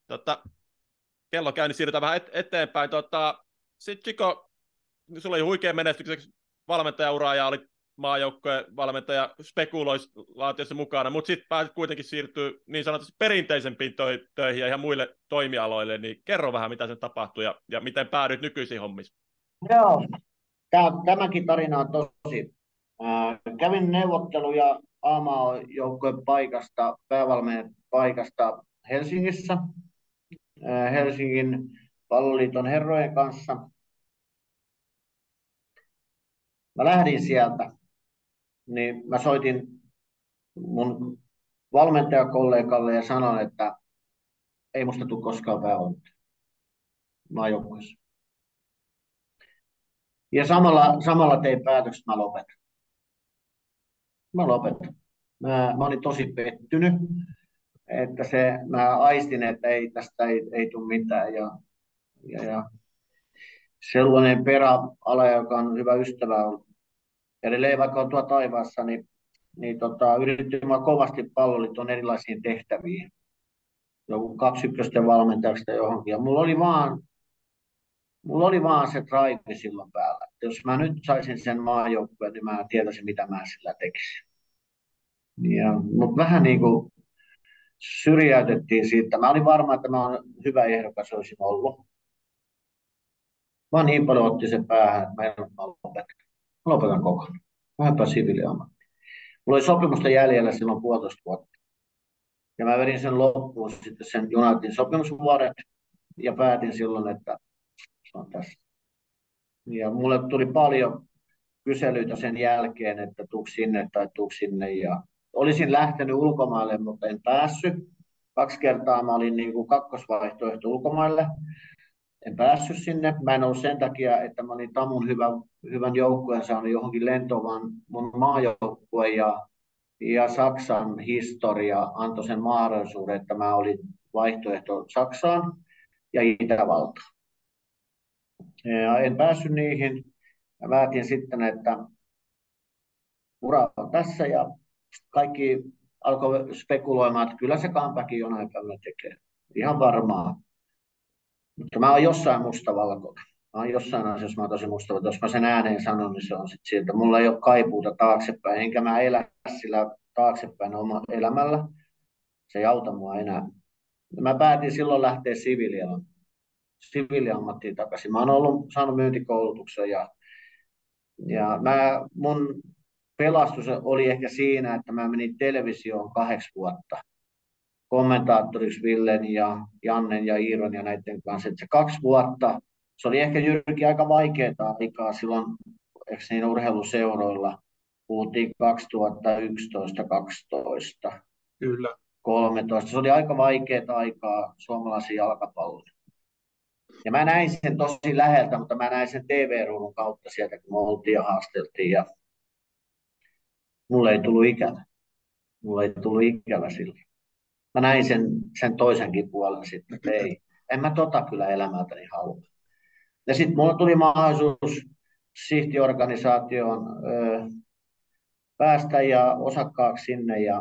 Kello käy, niin siirrytään vähän eteenpäin. Sitten Chico, sulla oli huikea menestykseksi valmentajaura ja oli maajoukkojen valmentaja spekulaatiossa mukana, mutta sitten pääsit kuitenkin siirtyä niin sanotusti perinteisempiin töihin ja ihan muille toimialoille, niin kerro vähän, mitä sen tapahtui ja miten päädyit nykyisiin hommiin. Joo, tämäkin tarina on tosi. Kävin neuvotteluja AMA-joukkojen paikasta, päävalmentajan paikasta Helsingissä, Helsingin palloliiton herrojen kanssa. Mä lähdin sieltä, niin mä soitin mun valmentajakollegalle ja sanoin, että ei musta tule koskaan päävalmentaja maajoukkueessa. Ja samalla tein päätöksen, että mä lopetan. Mä olin tosi pettynyt, että mä aistin, että tästä ei tule mitään. Ja sellainen peräala, joka on hyvä ystävä, edelleen vaikka on tuolla taivaassa, niin yritti kovasti palloliiton erilaisiin tehtäviin. Joku 2-1 valmentajaksi johonkin. Ja mulla oli vaan se drive silloin päällä. Jos mä nyt saisin sen maajoukkueen, niin mä tietäisin, mitä mä sillä tekisin. Mutta vähän niin kuin syrjäytettiin siitä. Mä olin varma, että mä olen hyvä ehdokas olisin ollut. Mä niin paljon otti sen päähän, että mä lopetan kokonaan. Mä hyppään siviiliammattiin. Mulla oli sopimusta jäljellä silloin 1,5 vuotta. Ja mä vedin sen loppuun sitten sen Unitedin sopimusvuodet. ja päätin silloin, että se on tässä. Ja mulle tuli paljon kyselyitä sen jälkeen, että tuuk sinne tai tuuk sinne. Ja olisin lähtenyt ulkomaille, mutta en päässyt. 2 kertaa mä olin niin kuin kakkosvaihtoehto ulkomaille. En päässyt sinne. Mä en ollut sen takia, että mä olin Tamun hyvän joukkueen saanut johonkin lentoon, vaan mun maajoukkue ja Saksan historia antoi sen mahdollisuuden, että mä olin vaihtoehto Saksaan ja Itävaltaan. Ja en päässyt niihin. Ja päätin sitten, että ura on tässä ja kaikki alkoi spekuloimaan, että kyllä se comeback jonain päivänä tekee. Ihan varmaa. Mutta mä oon jossain mustavalkoinen. Mä oon jossain asiassa, mä oon tosi mustavalkoinen. Jos mä sen ääneen sanon, niin se on sitten siltä. Mulla ei ole kaipuuta taaksepäin, enkä mä elä sillä taaksepäin omalla elämällä. Se ei auta mua enää. Mä päätin silloin lähteä siviiliammattiin takaisin. Mä oon saanut myyntikoulutuksen ja mun pelastus oli ehkä siinä, että mä menin televisioon 8 vuotta kommentaattoriksi Villen ja Jannen ja Iiron ja näiden kanssa. Että se 2 vuotta, se oli ehkä Jyrki aika vaikeaa aikaa silloin, eikö niin urheiluseuroilla, puhuttiin 2011-2012. Kyllä. 13. Se oli aika vaikeaa aikaa suomalaisen jalkapallon. Ja mä näin sen tosi läheltä, mutta mä näin sen TV-ruudun kautta sieltä, kun me oltiin ja haasteltiin. Ja mulle ei tullut ikävä. Silloin. Mä näin sen toisenkin puolen sitten, että ei. En mä kyllä elämältäni halua. Ja sitten mulla tuli mahdollisuus Sihti-organisaatioon päästä ja osakkaaksi sinne. Ja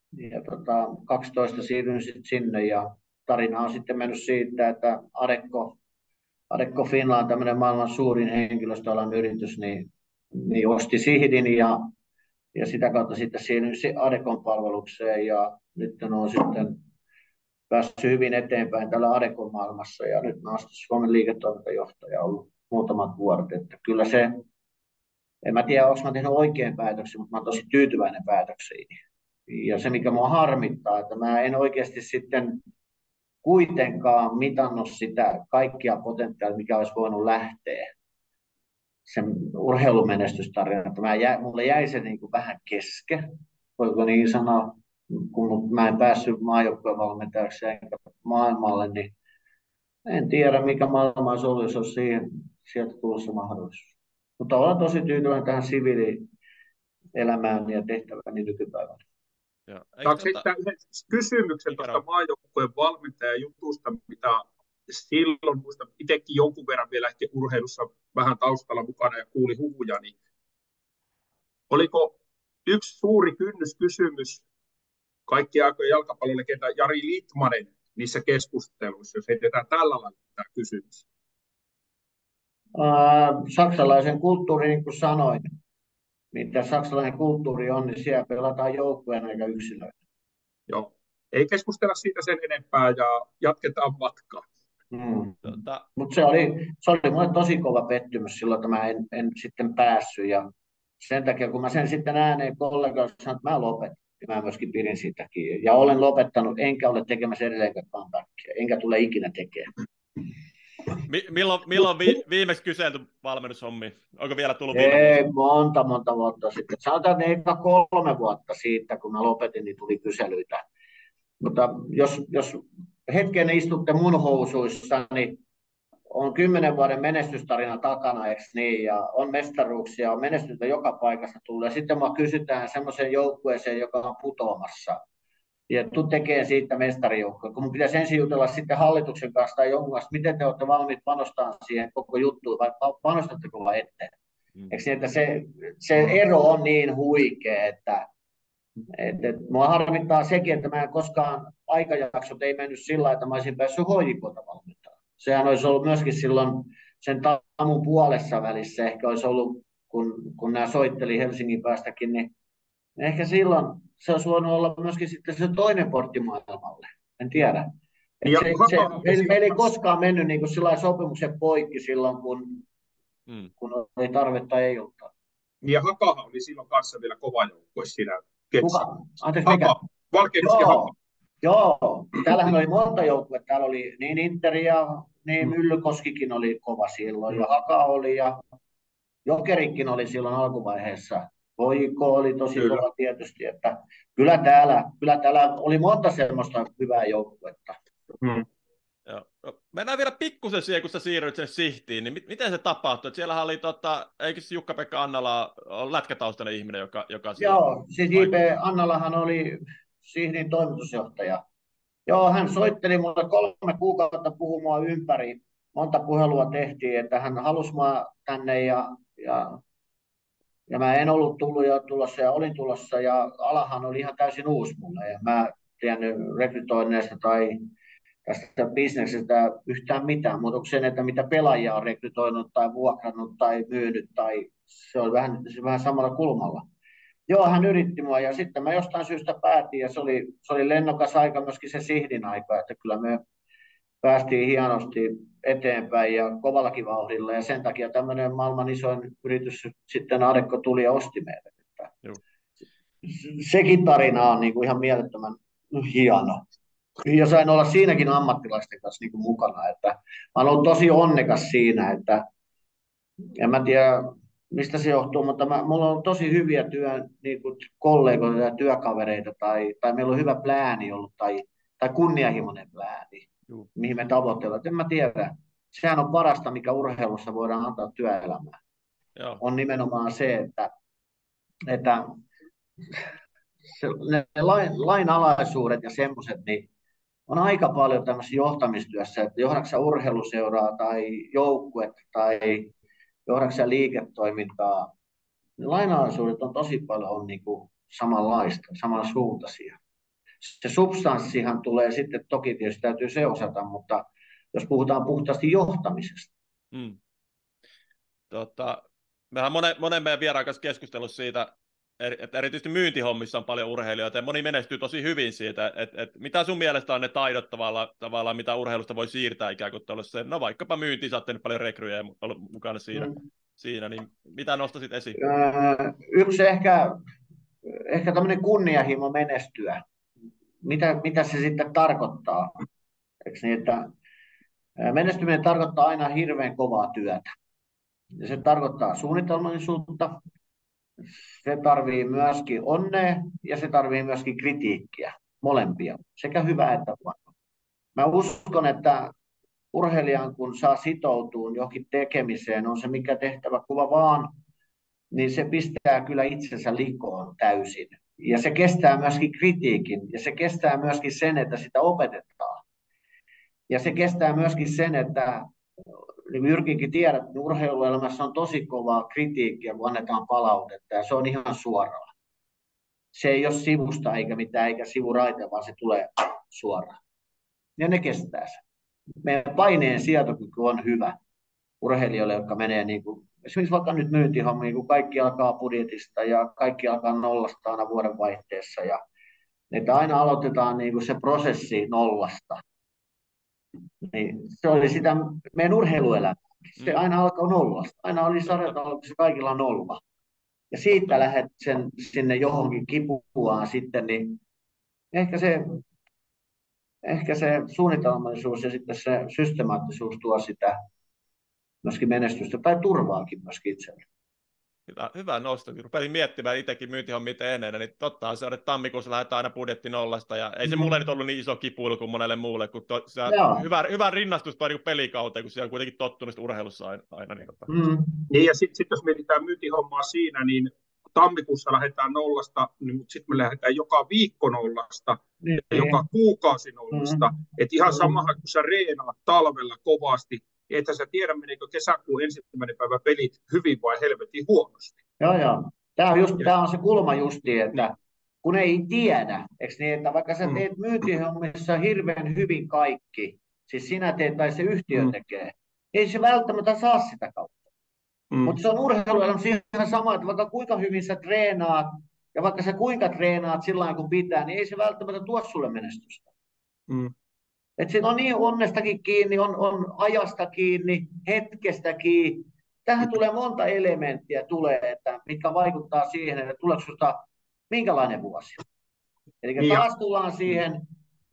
12 siirryin sitten sinne ja tarina on sitten mennyt siitä, että Adecco Finland, tämmöinen maailman suurin henkilöstöalan yritys, niin osti Sihdin ja sitä kautta sitten siirryin Adeccon palvelukseen ja nyt on sitten päässyt hyvin eteenpäin tällä Adeccon maailmassa ja nyt mä olen Suomen liiketoimintajohtaja ollut muutamat vuodet, että kyllä se, en mä tiedä, onko mä tehnyt oikein päätöksen, mutta mä olen tosi tyytyväinen päätöksiini. Ja se, mikä mua harmittaa, että mä en oikeasti sitten kuitenkaan mitannut sitä kaikkia potentiaalia, mikä olisi voinut lähteä sen urheilumenestystarina. Mulle jäi se niin kuin vähän kesken, voiko niin sanoa, kun mä en päässyt maajoukkueen valmentajaksi enkä maailmalle, niin en tiedä, mikä maailma olisi ollut, jos olisi sieltä tullut se mahdollisuus. Mutta olen tosi tyytyväinen tähän siviilielämään ja tehtävään nykypäivänä. Saanko esittää yhden kysymyksen tuosta maajoukkueen valmentajan jutusta, mitä silloin, muistan itsekin jonkun verran vielä ehkä urheilussa vähän taustalla mukana ja kuuli huhuja, niin oliko yksi suuri kynnyskysymys kaikkien aikojen jalkapallolegenda Jari Litmanen niissä keskusteluissa, jos heitetään tällä lailla tämä kysymys? Saksalaisen kulttuuri, niin kuin sanoin, mitä saksalainen kulttuuri on, niin siellä pelataan joukkueena eikä yksilöitä. Joo. Ei keskustella siitä sen enempää ja jatketaan matkaa. Mutta se oli mulle tosi kova pettymys silloin, että mä en sitten päässyt. Ja sen takia, kun mä sen sitten ääneen kollegoille sanoin, että mä lopetan, ja mä myöskin pidin siitä kiinni. Ja olen lopettanut, enkä ole tekemässä edelleenkään comebackia, enkä tule ikinä tekemään. Milloin viimeksi kyselty valmennushommi? Onko vielä tullut monta vuotta sitten. Sanotaan, että 3 vuotta siitä, kun mä lopetin, niin tuli kyselyitä. Mutta jos hetken istutte mun housuissa, niin on 10 vuoden menestystarina takana, eikö niin? Ja on mestaruuksia, on menestystä joka paikassa tullut. Ja sitten mua kysytään semmoiseen joukkueeseen, joka on putoamassa. Ja tekee siitä mestarijoukkoa. Kun mun pitäisi ensin jutella sitten hallituksen kanssa tai jonkun kanssa, miten te olette valmiit panostamaan siihen koko juttuun, vai panostatteko vai ette? Eikö niin, että se ero on niin huikea, että mua harmittaa sekin, että mä en koskaan aikajaksot ei mennyt sillä, että mä olisin päässyt hoikota valmentaa. Sehän olisi ollut myöskin silloin sen Tamun puolessa välissä, ehkä olisi ollut, kun nämä soitteli Helsingin päästäkin, niin ehkä silloin se olisi voinut olla myöskin sitten se toinen portti maailmalle. En tiedä. Meillä ei koskaan mennyt niin kuin sillä sopimuksen poikki silloin, kun oli tarvetta ei ollut. Ja Hakahan oli silloin kanssa vielä kova joukkue siinä. Kuka? Anteeksi, mikä? Valkeakoski Haka. Joo, täällähän oli monta joukkuetta. Täällä oli niin Inter ja niin Myllykoskikin oli kova silloin, ja Haka oli, ja Jokerikin oli silloin alkuvaiheessa. Voiko oli tosi kova tietysti, että kyllä täällä oli monta semmoista hyvää joukkuetta. Joo. Mennään vielä pikkusen siihen, kun sä siirryit sen Sihtiin, niin miten se tapahtui? Että siellähän oli, eikö Jukka-Pekka Annala ole lätkätaustainen ihminen, joka Joo, siis J.P. Annalahan oli Sihdin toimitusjohtaja. Joo, hän soitteli mulle 3 kuukautta puhumaan ympäri. Monta puhelua tehtiin, että hän halusi mua tänne ja mä en ollut tullut jo tulossa ja olin tulossa ja alahan oli ihan täysin uusi mulle ja mä en tiennyt rekrytoinneista tai tästä bisneksestä yhtään mitään, mutta onko sen, että mitä pelaajia on rekrytoinut tai vuokrannut tai myynyt tai se oli vähän samalla kulmalla. Joo, hän yritti mua ja sitten mä jostain syystä päätin ja se oli lennokas aika myöskin se Sihdin aika, että kyllä me päästiin hienosti eteenpäin ja kovallakin vauhdilla ja sen takia tämmöinen maailman isoin yritys sitten Adecco tuli ja osti meille. Sekin tarina on niin kuin ihan mielettömän hieno. Ja sain olla siinäkin ammattilaisten kanssa niin kuin mukana. Että mä olen ollut tosi onnekas siinä, että en mä tiedä mistä se johtuu, mutta mulla on tosi hyviä niin kuin kollegoita ja työkavereita tai meillä on hyvä plääni ollut tai kunnianhimoinen plääni, mihin me tavoitellaan. En mä tiedä. Sehän on parasta, mikä urheilussa voidaan antaa työelämään. Joo. On nimenomaan se, että ne lainalaisuudet ja semmoiset, niin on aika paljon tämmöisessä johtamistyössä, että johdatko urheiluseuraa tai joukkuetta tai johdatko liiketoimintaa. Ne lainalaisuudet on tosi paljon niin kuin samanlaista, samansuuntaisia. Se substanssihan tulee sitten, toki tietysti täytyy se osata, mutta jos puhutaan puhtaasti johtamisesta. Mehän monen meidän vieraan kanssa keskustellut siitä, että erityisesti myyntihommissa on paljon urheilijoita ja moni menestyy tosi hyvin siitä, että mitä sun mielestä on ne taidot tavallaan mitä urheilusta voi siirtää ikään kuin tuollaiseen, no vaikkapa myyntiin, sä oot tehnyt paljon rekryjä ja ollut mukana siinä, niin mitä nostasit esiin? Yksi ehkä tämmöinen kunnianhimo menestyä. Mitä se sitten tarkoittaa? Eikö niin, että menestyminen tarkoittaa aina hirveän kovaa työtä. Ja se tarkoittaa suunnitelmallisuutta, se tarvii myöskin onnea ja se tarvii myöskin kritiikkiä, molempia, sekä hyvää että huonoa. Mä uskon, että urheilijan kun saa sitoutua johonkin tekemiseen, on se mikä tehtävä kuva vaan, niin se pistää kyllä itsensä likoon täysin. Ja se kestää myöskin kritiikin ja se kestää myöskin sen, että sitä opetetaan. Ja se kestää myöskin sen, että niin kuin Jyrkinkin tiedät, että urheiluelämässä on tosi kovaa kritiikkiä, kun annetaan palautetta, ja se on ihan suoraa. Se ei ole sivusta eikä mitään, eikä sivuraite, vaan se tulee suoraan. Ja ne kestää sen. Meidän paineen sietokyky on hyvä urheilijoille, jotka menee niin kuin, esimerkiksi vaikka nyt myyntihommiin, kun kaikki alkaa budjetista ja kaikki alkaa nollasta aina vuodenvaihteessa, ja että aina aloitetaan niin kuin se prosessi nollasta. Niin se oli sitä meidän urheiluelämää. Se aina alkoi nollasta. Aina oli sarjataulukossa kaikilla nolla. Ja siitä lähdet sinne johonkin kipuaan sitten, niin ehkä se suunnitelmallisuus ja sitten se systemaattisuus tuo sitä myöskin menestystä tai turvaakin myöskin itselle. Hyvä nosto. Rupesin miettimään itsekin myyntihommia ennen, niin tottahan se on, että tammikuussa lähdetään aina budjetti nollasta, ja ei se mulle nyt ollut niin iso kipuilu kuin monelle muulle, kun hyvä rinnastus toi niin pelikauteen, kun siellä on kuitenkin tottunut urheilussa aina. Niin, ja sitten jos mietitään myyntihommaa siinä, niin tammikuussa lähdetään nollasta, niin, mutta sitten me lähdetään joka viikko nollasta, ja joka kuukausi nollasta. Että ihan samahan, kun sä reenaat talvella kovasti, että sä tiedä, meneekö kesäkuun 1. päivä pelit hyvin vai helvetin huonosti. Joo. Tämä on se kulma justi, että kun ei tiedä, eikö niin, että vaikka sä teet myyntihommissa hirveän hyvin kaikki, siis sinä teet tai se yhtiö tekee, ei se välttämättä saa sitä kautta. Mutta se on urheiluelämässä ihan sama, että vaikka kuinka hyvin sä treenaat, ja vaikka sä kuinka treenaat sillä lailla kun pitää, niin ei se välttämättä tuo sulle menestystä. Että siinä on niin onnestakin kiinni, on ajasta kiinni, hetkestä kiinni. Tähän tulee monta elementtiä, että mitkä vaikuttaa siihen, että tuleeko sinusta minkälainen vuosi. Eli taas tullaan siihen,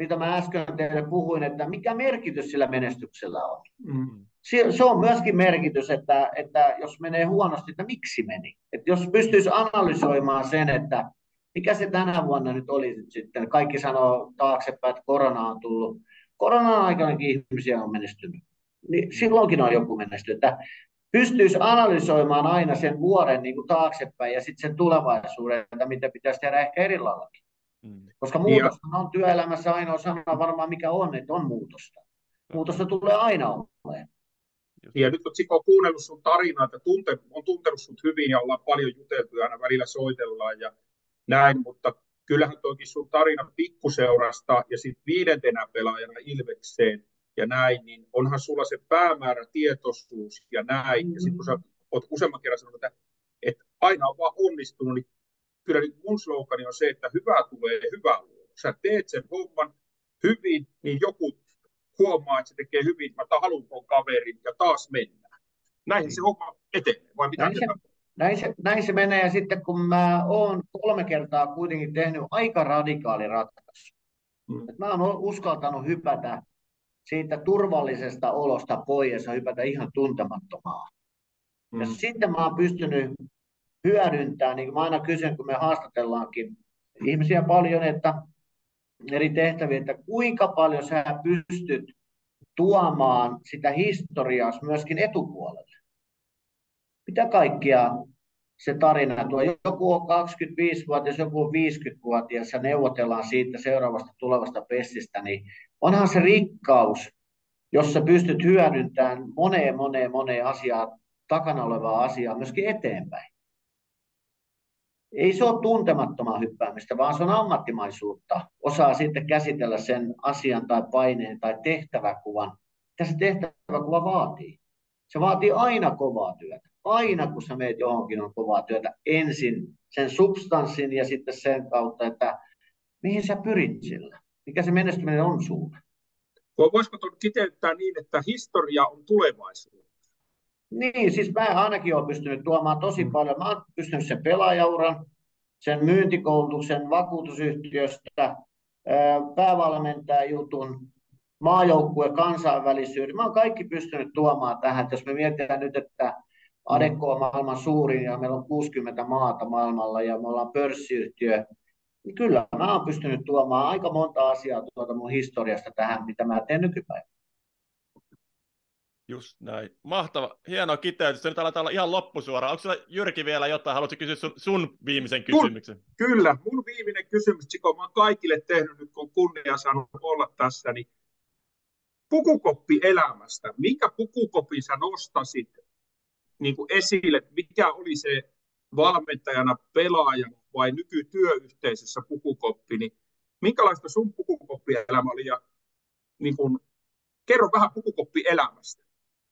mitä mä äsken teille puhuin, että mikä merkitys sillä menestyksellä on. Mm. Se on myöskin merkitys, että jos menee huonosti, että miksi meni. Että jos pystyisi analysoimaan sen, että mikä se tänä vuonna nyt oli sitten. Kaikki sanoo taaksepäin, että korona on tullut. Koronan aikanakin ihmisiä on menestynyt. Niin silloinkin on joku menestynyt. Että pystyisi analysoimaan aina sen vuoden niin kuin taaksepäin ja sitten sen tulevaisuuden, että mitä pitäisi tehdä ehkä eri laillakin. Koska muutos on työelämässä ainoa sana varmaan mikä on, että on muutosta. Muutosta tulee aina olemaan. Ja nyt kun Tsiko on kuunnellut sun tarinaa, että on tuntenut sut hyvin ja ollaan paljon juteltu ja aina välillä soitellaan ja näin, mutta kyllähän toikin sun tarina pikkuseurasta ja sitten 5. pelaajana Ilvekseen ja näin, niin onhan sulla se päämäärä, tietoisuus ja näin. Ja sitten kun sä oot useamman kerran sanonut, että aina on vaan onnistunut, niin kyllä nyt mun slogani on se, että hyvä tulee hyvä luo. Sä teet sen homman hyvin, niin joku huomaa, että se tekee hyvin, mä haluan tuon kaverin ja taas mennään. Näin se homma etenee, vai mitä? Näin se menee, ja sitten kun mä oon 3 kertaa kuitenkin tehnyt aika radikaali ratkaisu. Mä oon uskaltanut hypätä siitä turvallisesta olosta pois ja hypätä ihan tuntemattomaan. Ja sitten mä oon pystynyt hyödyntämään, niin kuin mä aina kysyn, kun me haastatellaankin ihmisiä paljon, että eri tehtäviä, että kuinka paljon sä pystyt tuomaan sitä historiaa myöskin etupuolelle. Mitä kaikkia se tarina tuo? Joku on 25-vuotias, joku on 50-vuotias ja neuvotellaan siitä seuraavasta tulevasta pestistä, niin onhan se rikkaus, jos sä pystyt hyödyntämään moneen asiaa, takana olevaa asiaa myöskin eteenpäin. Ei se ole tuntemattoman hyppäämistä, vaan se on ammattimaisuutta. Osaa sitten käsitellä sen asian tai paineen tai tehtäväkuvan. Mitä se tehtäväkuva vaatii? Se vaatii aina kovaa työtä. Aina kun sä meet johonkin on kovaa työtä. Ensin sen substanssin ja sitten sen kautta, että mihin sä pyrit sillä. Mikä se menestyminen on sulle. Voisiko tuon kiteyttää niin, että historia on tulevaisuus? Niin, siis mä ainakin olen pystynyt tuomaan tosi paljon. Mä oon pystynyt sen pelaajauran, sen myyntikoulutuksen vakuutusyhtiöstä, päävalmentajajutun, maajoukkue kansainvälisyyden. Mä oon kaikki pystynyt tuomaan tähän. Jos me mietitään nyt, että Adecco on maailman suurin ja meillä on 60 maata maailmalla ja me ollaan pörssiyhtiö, niin kyllä mä oon pystynyt tuomaan aika monta asiaa tuota mun historiasta tähän, mitä mä teen nykypäivänä. Just näin. Mahtava. Hienoa kiteytys. Nyt aletaan olla ihan loppusuora. Onko sulla, Jyrki, vielä jotain? Haluatko kysyä sun viimeisen kysymyksen? Kyllä. Mun viimeinen kysymys, Tsiko, mä oon kaikille tehnyt nyt, kun on kunnia saanut olla tässä, niin pukukoppi elämästä. Minkä pukukopin sä nostasit niin kuin esille? Mikä oli se valmentajana, pelaajana vai nykytyöyhteisössä pukukoppi? Niin minkälaista sun pukukoppielämä oli? Ja, niin kuin, kerro vähän pukukoppi-elämästä.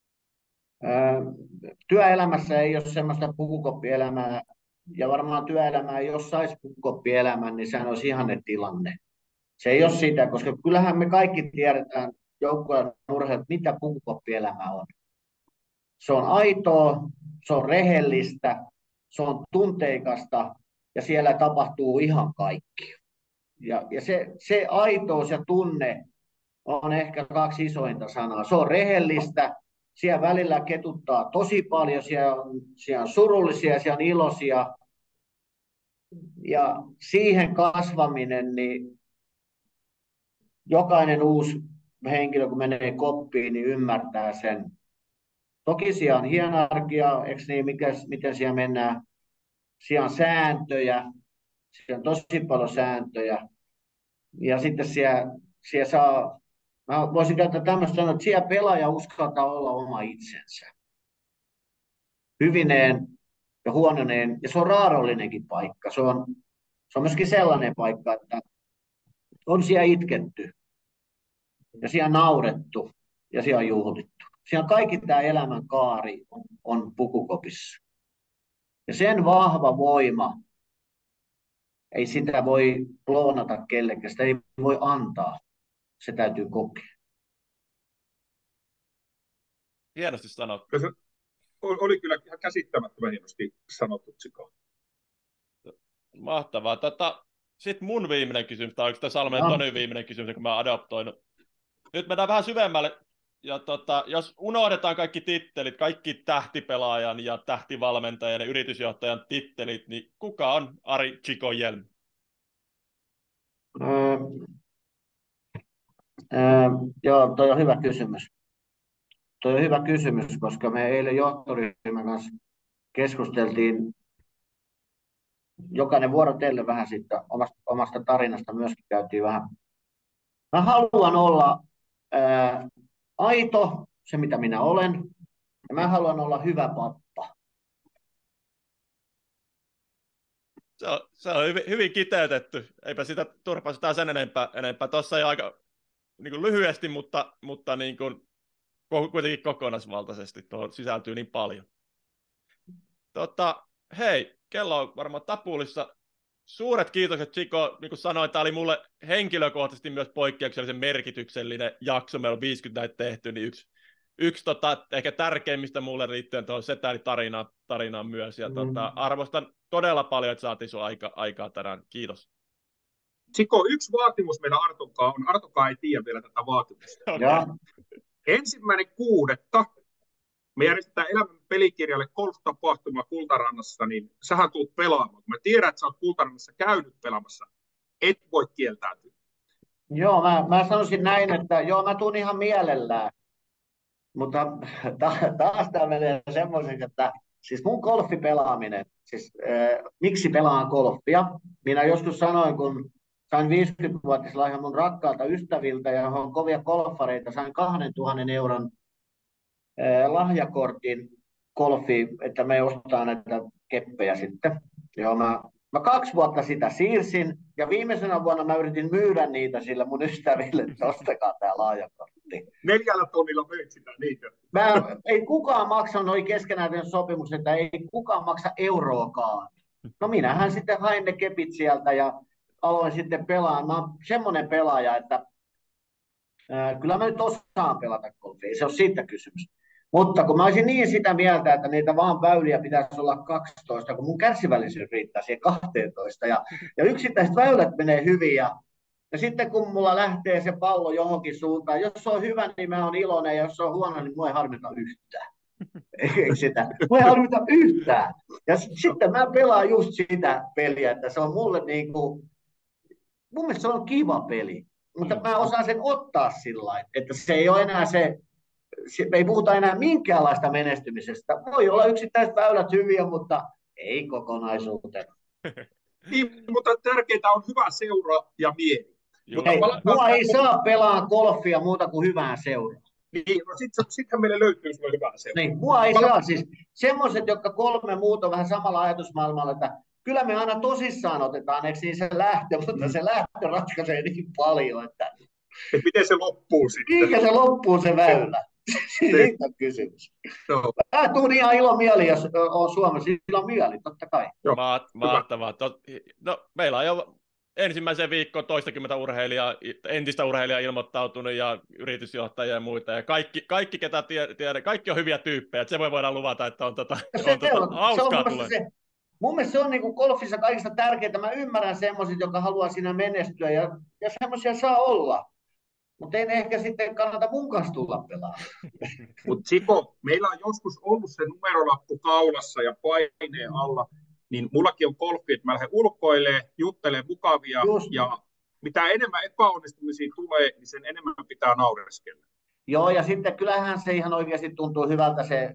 Työelämässä ei ole semmoista pukukoppielämää, ja varmaan työelämää, jos saisi pukukoppielämän, niin sehän olisi ihannetilanne. Se ei ole sitä, koska kyllähän me kaikki tiedetään joukkueen urheilijat, mitä pukukoppielämä on. Se on aitoa, se on rehellistä, se on tunteikasta, ja siellä tapahtuu ihan kaikki. Ja se aitous ja tunne on ehkä 2 isointa sanaa. Se on rehellistä. Siellä välillä ketuttaa tosi paljon, siellä on surullisia, siellä on iloisia. Ja siihen kasvaminen, niin jokainen uusi henkilö, kun menee koppiin, niin ymmärtää sen. Toki siellä on hierarkia, eikö niin, miten siellä mennään. Siellä on sääntöjä, siellä on tosi paljon sääntöjä. Ja sitten siellä saa... Mä voisin käyttää tämmöistä sanoa, että siellä pelaaja uskaltaa olla oma itsensä. Hyvineen ja huononeen, ja se on raadollinenkin paikka. Se on myöskin sellainen paikka, että on siellä itketty, ja siellä naurettu, ja siellä juhlittu. Siellä kaikki tämä elämän kaari on pukukopissa. Ja sen vahva voima, ei sitä voi kloonata kellekään, sitä ei voi antaa. Se täytyy kokea. Hienosti sanottu. Oli kyllä ihan käsittämättömän hienosti sanottu, Tsiko. Mahtavaa. Sitten mun viimeinen kysymys, tai onko tämä Salmen Tonin viimeinen kysymys, kun mä adoptoin. Nyt mennään vähän syvemmälle. Ja jos unohdetaan kaikki tittelit, kaikki tähtipelaajan ja tähtivalmentajan ja yritysjohtajan tittelit, niin kuka on Ari Chico Hjelm? Joo, toi on hyvä kysymys. Toi on hyvä kysymys, koska me eilen johtoryhmän kanssa keskusteltiin jokainen vuorotellen vähän siitä omasta tarinasta myöskin käytiin vähän. Mä haluan olla aito, se mitä minä olen, ja mä haluan olla hyvä pappa. Se on hyvin kiteytetty. Eipä sitä turpaa sen enempää. Tuossa ei aika niin kuin lyhyesti, mutta niin kuin, kuitenkin kokonaisvaltaisesti. Tuohon sisältyy niin paljon. Hei, kello on varmaan tapulissa. Suuret kiitokset, Chico. Niin kuin sanoin, tämä oli mulle henkilökohtaisesti myös poikkeuksellisen merkityksellinen jakso. Meillä on 50 näitä tehty, niin yksi ehkä tärkeimmistä mulle liittyen tuohon Setääli-tarinaan myös. Ja arvostan todella paljon, että saatiin sun aikaa tänään. Kiitos. Chico, yksi vaatimus meidän Artonkaan on. Artonkaan ei tiedä vielä tätä vaatimusta. Okay. 1.6. me järjestetään Elämän pelikirjalle golf-tapahtuma Kultarannassa, niin sähän tulet pelaamaan. Mä tiedän, että sä oot Kultarannassa käynyt pelaamassa. Et voi kieltäytyä. Joo, mä sanoisin näin, että joo, mä tuun ihan mielellään. Mutta taas tämä menee semmoiseksi, että siis mun golfipelaaminen, siis miksi pelaan golfia? Minä joskus sanoin, kun sain 50-vuotislahjan mun rakkaalta ystäviltä ja on kovia golfareita, sain 2 000 euron lahjakortin golfiin, että me ostaa näitä keppejä sitten. Joo, mä 2 vuotta sitä siirsin ja viimeisenä vuonna mä yritin myydä niitä sille mun ystäville, että ostakaa tää lahjakortti. 4 000 myit sitä niitä. Ei kukaan maksa, noi keskenään sopimukset, että ei kukaan maksa euroakaan. No minähän sitten hain ne kepit sieltä ja aloin sitten pelaamaan. Mä oon semmoinen pelaaja, että kyllä mä nyt osaan pelata golfia, ei se ole siitä kysymys. Mutta kun mä olisin niin sitä mieltä, että niitä vaan väyliä pitäisi olla 12, kun mun kärsivällisyys riittää siihen 12. Ja yksittäiset väylät menee hyvin. Ja sitten kun mulla lähtee se pallo johonkin suuntaan, jos se on hyvä, niin mä oon iloinen, ja jos se on huono, niin mua ei harmita yhtään. Eikö sitä? Mua ei harmita yhtään. Ja sitten mä pelaan just sitä peliä, että se on mulle niin kuin, mun mielestä se on kiva peli. Mutta mä osaan sen ottaa sillä että se ei ole enää me ei puhuta enää minkäänlaista menestymisestä. Voi olla yksittäiset väylät hyviä, mutta ei kokonaisuutena. Niin, mutta tärkeintä on hyvä seura ja mieli. Mua ei saa pelaa golfia muuta kuin hyvää seuraa. Niin, no sittenhän meille löytyy sulle hyvää seuraa. Niin, mua ei saa siis. Semmoiset, jotka 3 muuta on vähän samalla ajatusmaailmalla, että kyllä me aina tosissaan otetaan, eikö niin se lähtö, mutta se lähtö ratkaisee niin paljon, että miten se loppuu sitten? Mikä se loppuu se väylä? Siitä on kysymys. No. Mä tuun ihan ilomieli, jos on Suomessa ilomieli, totta kai. Mahtavaa. No, meillä on jo ensimmäiseen viikkoon 20 entistä urheilijaa ilmoittautunut ja yritysjohtajia ja muita. Ja kaikki ketä tiedän, kaikki on hyviä tyyppejä. Se voidaan luvata, että on hauskaa tulee. Mun mielestä se on niin kuin golfissa kaikista tärkeintä. Mä ymmärrän semmoiset, jotka haluaa siinä menestyä ja semmoisia saa olla. Mutta ei ne ehkä sitten kannata mun kanssa tulla pelaamaan. Mutta Chico, meillä on joskus ollut se numerolappu kaulassa ja paineen alla, niin mullakin on golfi, että mä lähden ulkoilemaan, juttelemaan mukavia, ja mitä enemmän epäonnistumisia tulee, niin sen enemmän pitää naureskella. Joo, ja sitten kyllähän se ihan oikeasti tuntuu hyvältä se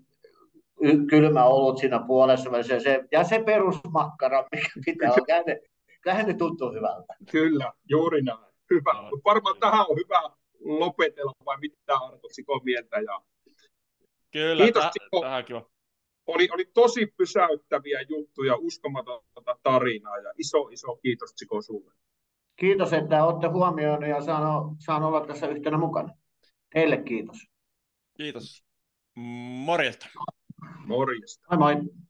kylmä olut siinä puolessa ja se perusmakkara, mikä pitää olla. Kyllähän ne tuntuu hyvältä. Kyllä, juuri näin. Hyvä. No, varmaan tähän on hyvä lopetella, vai mitä Arto Chico mieltä. Ja kyllä, tähänkin on. Oli tosi pysäyttäviä juttuja, uskomatonta tarinaa, ja iso kiitos Chico sulle. Kiitos, että olette huomioon ja saan olla tässä yhtenä mukana. Teille kiitos. Kiitos. Morjesta. Morjesta. Moi moi.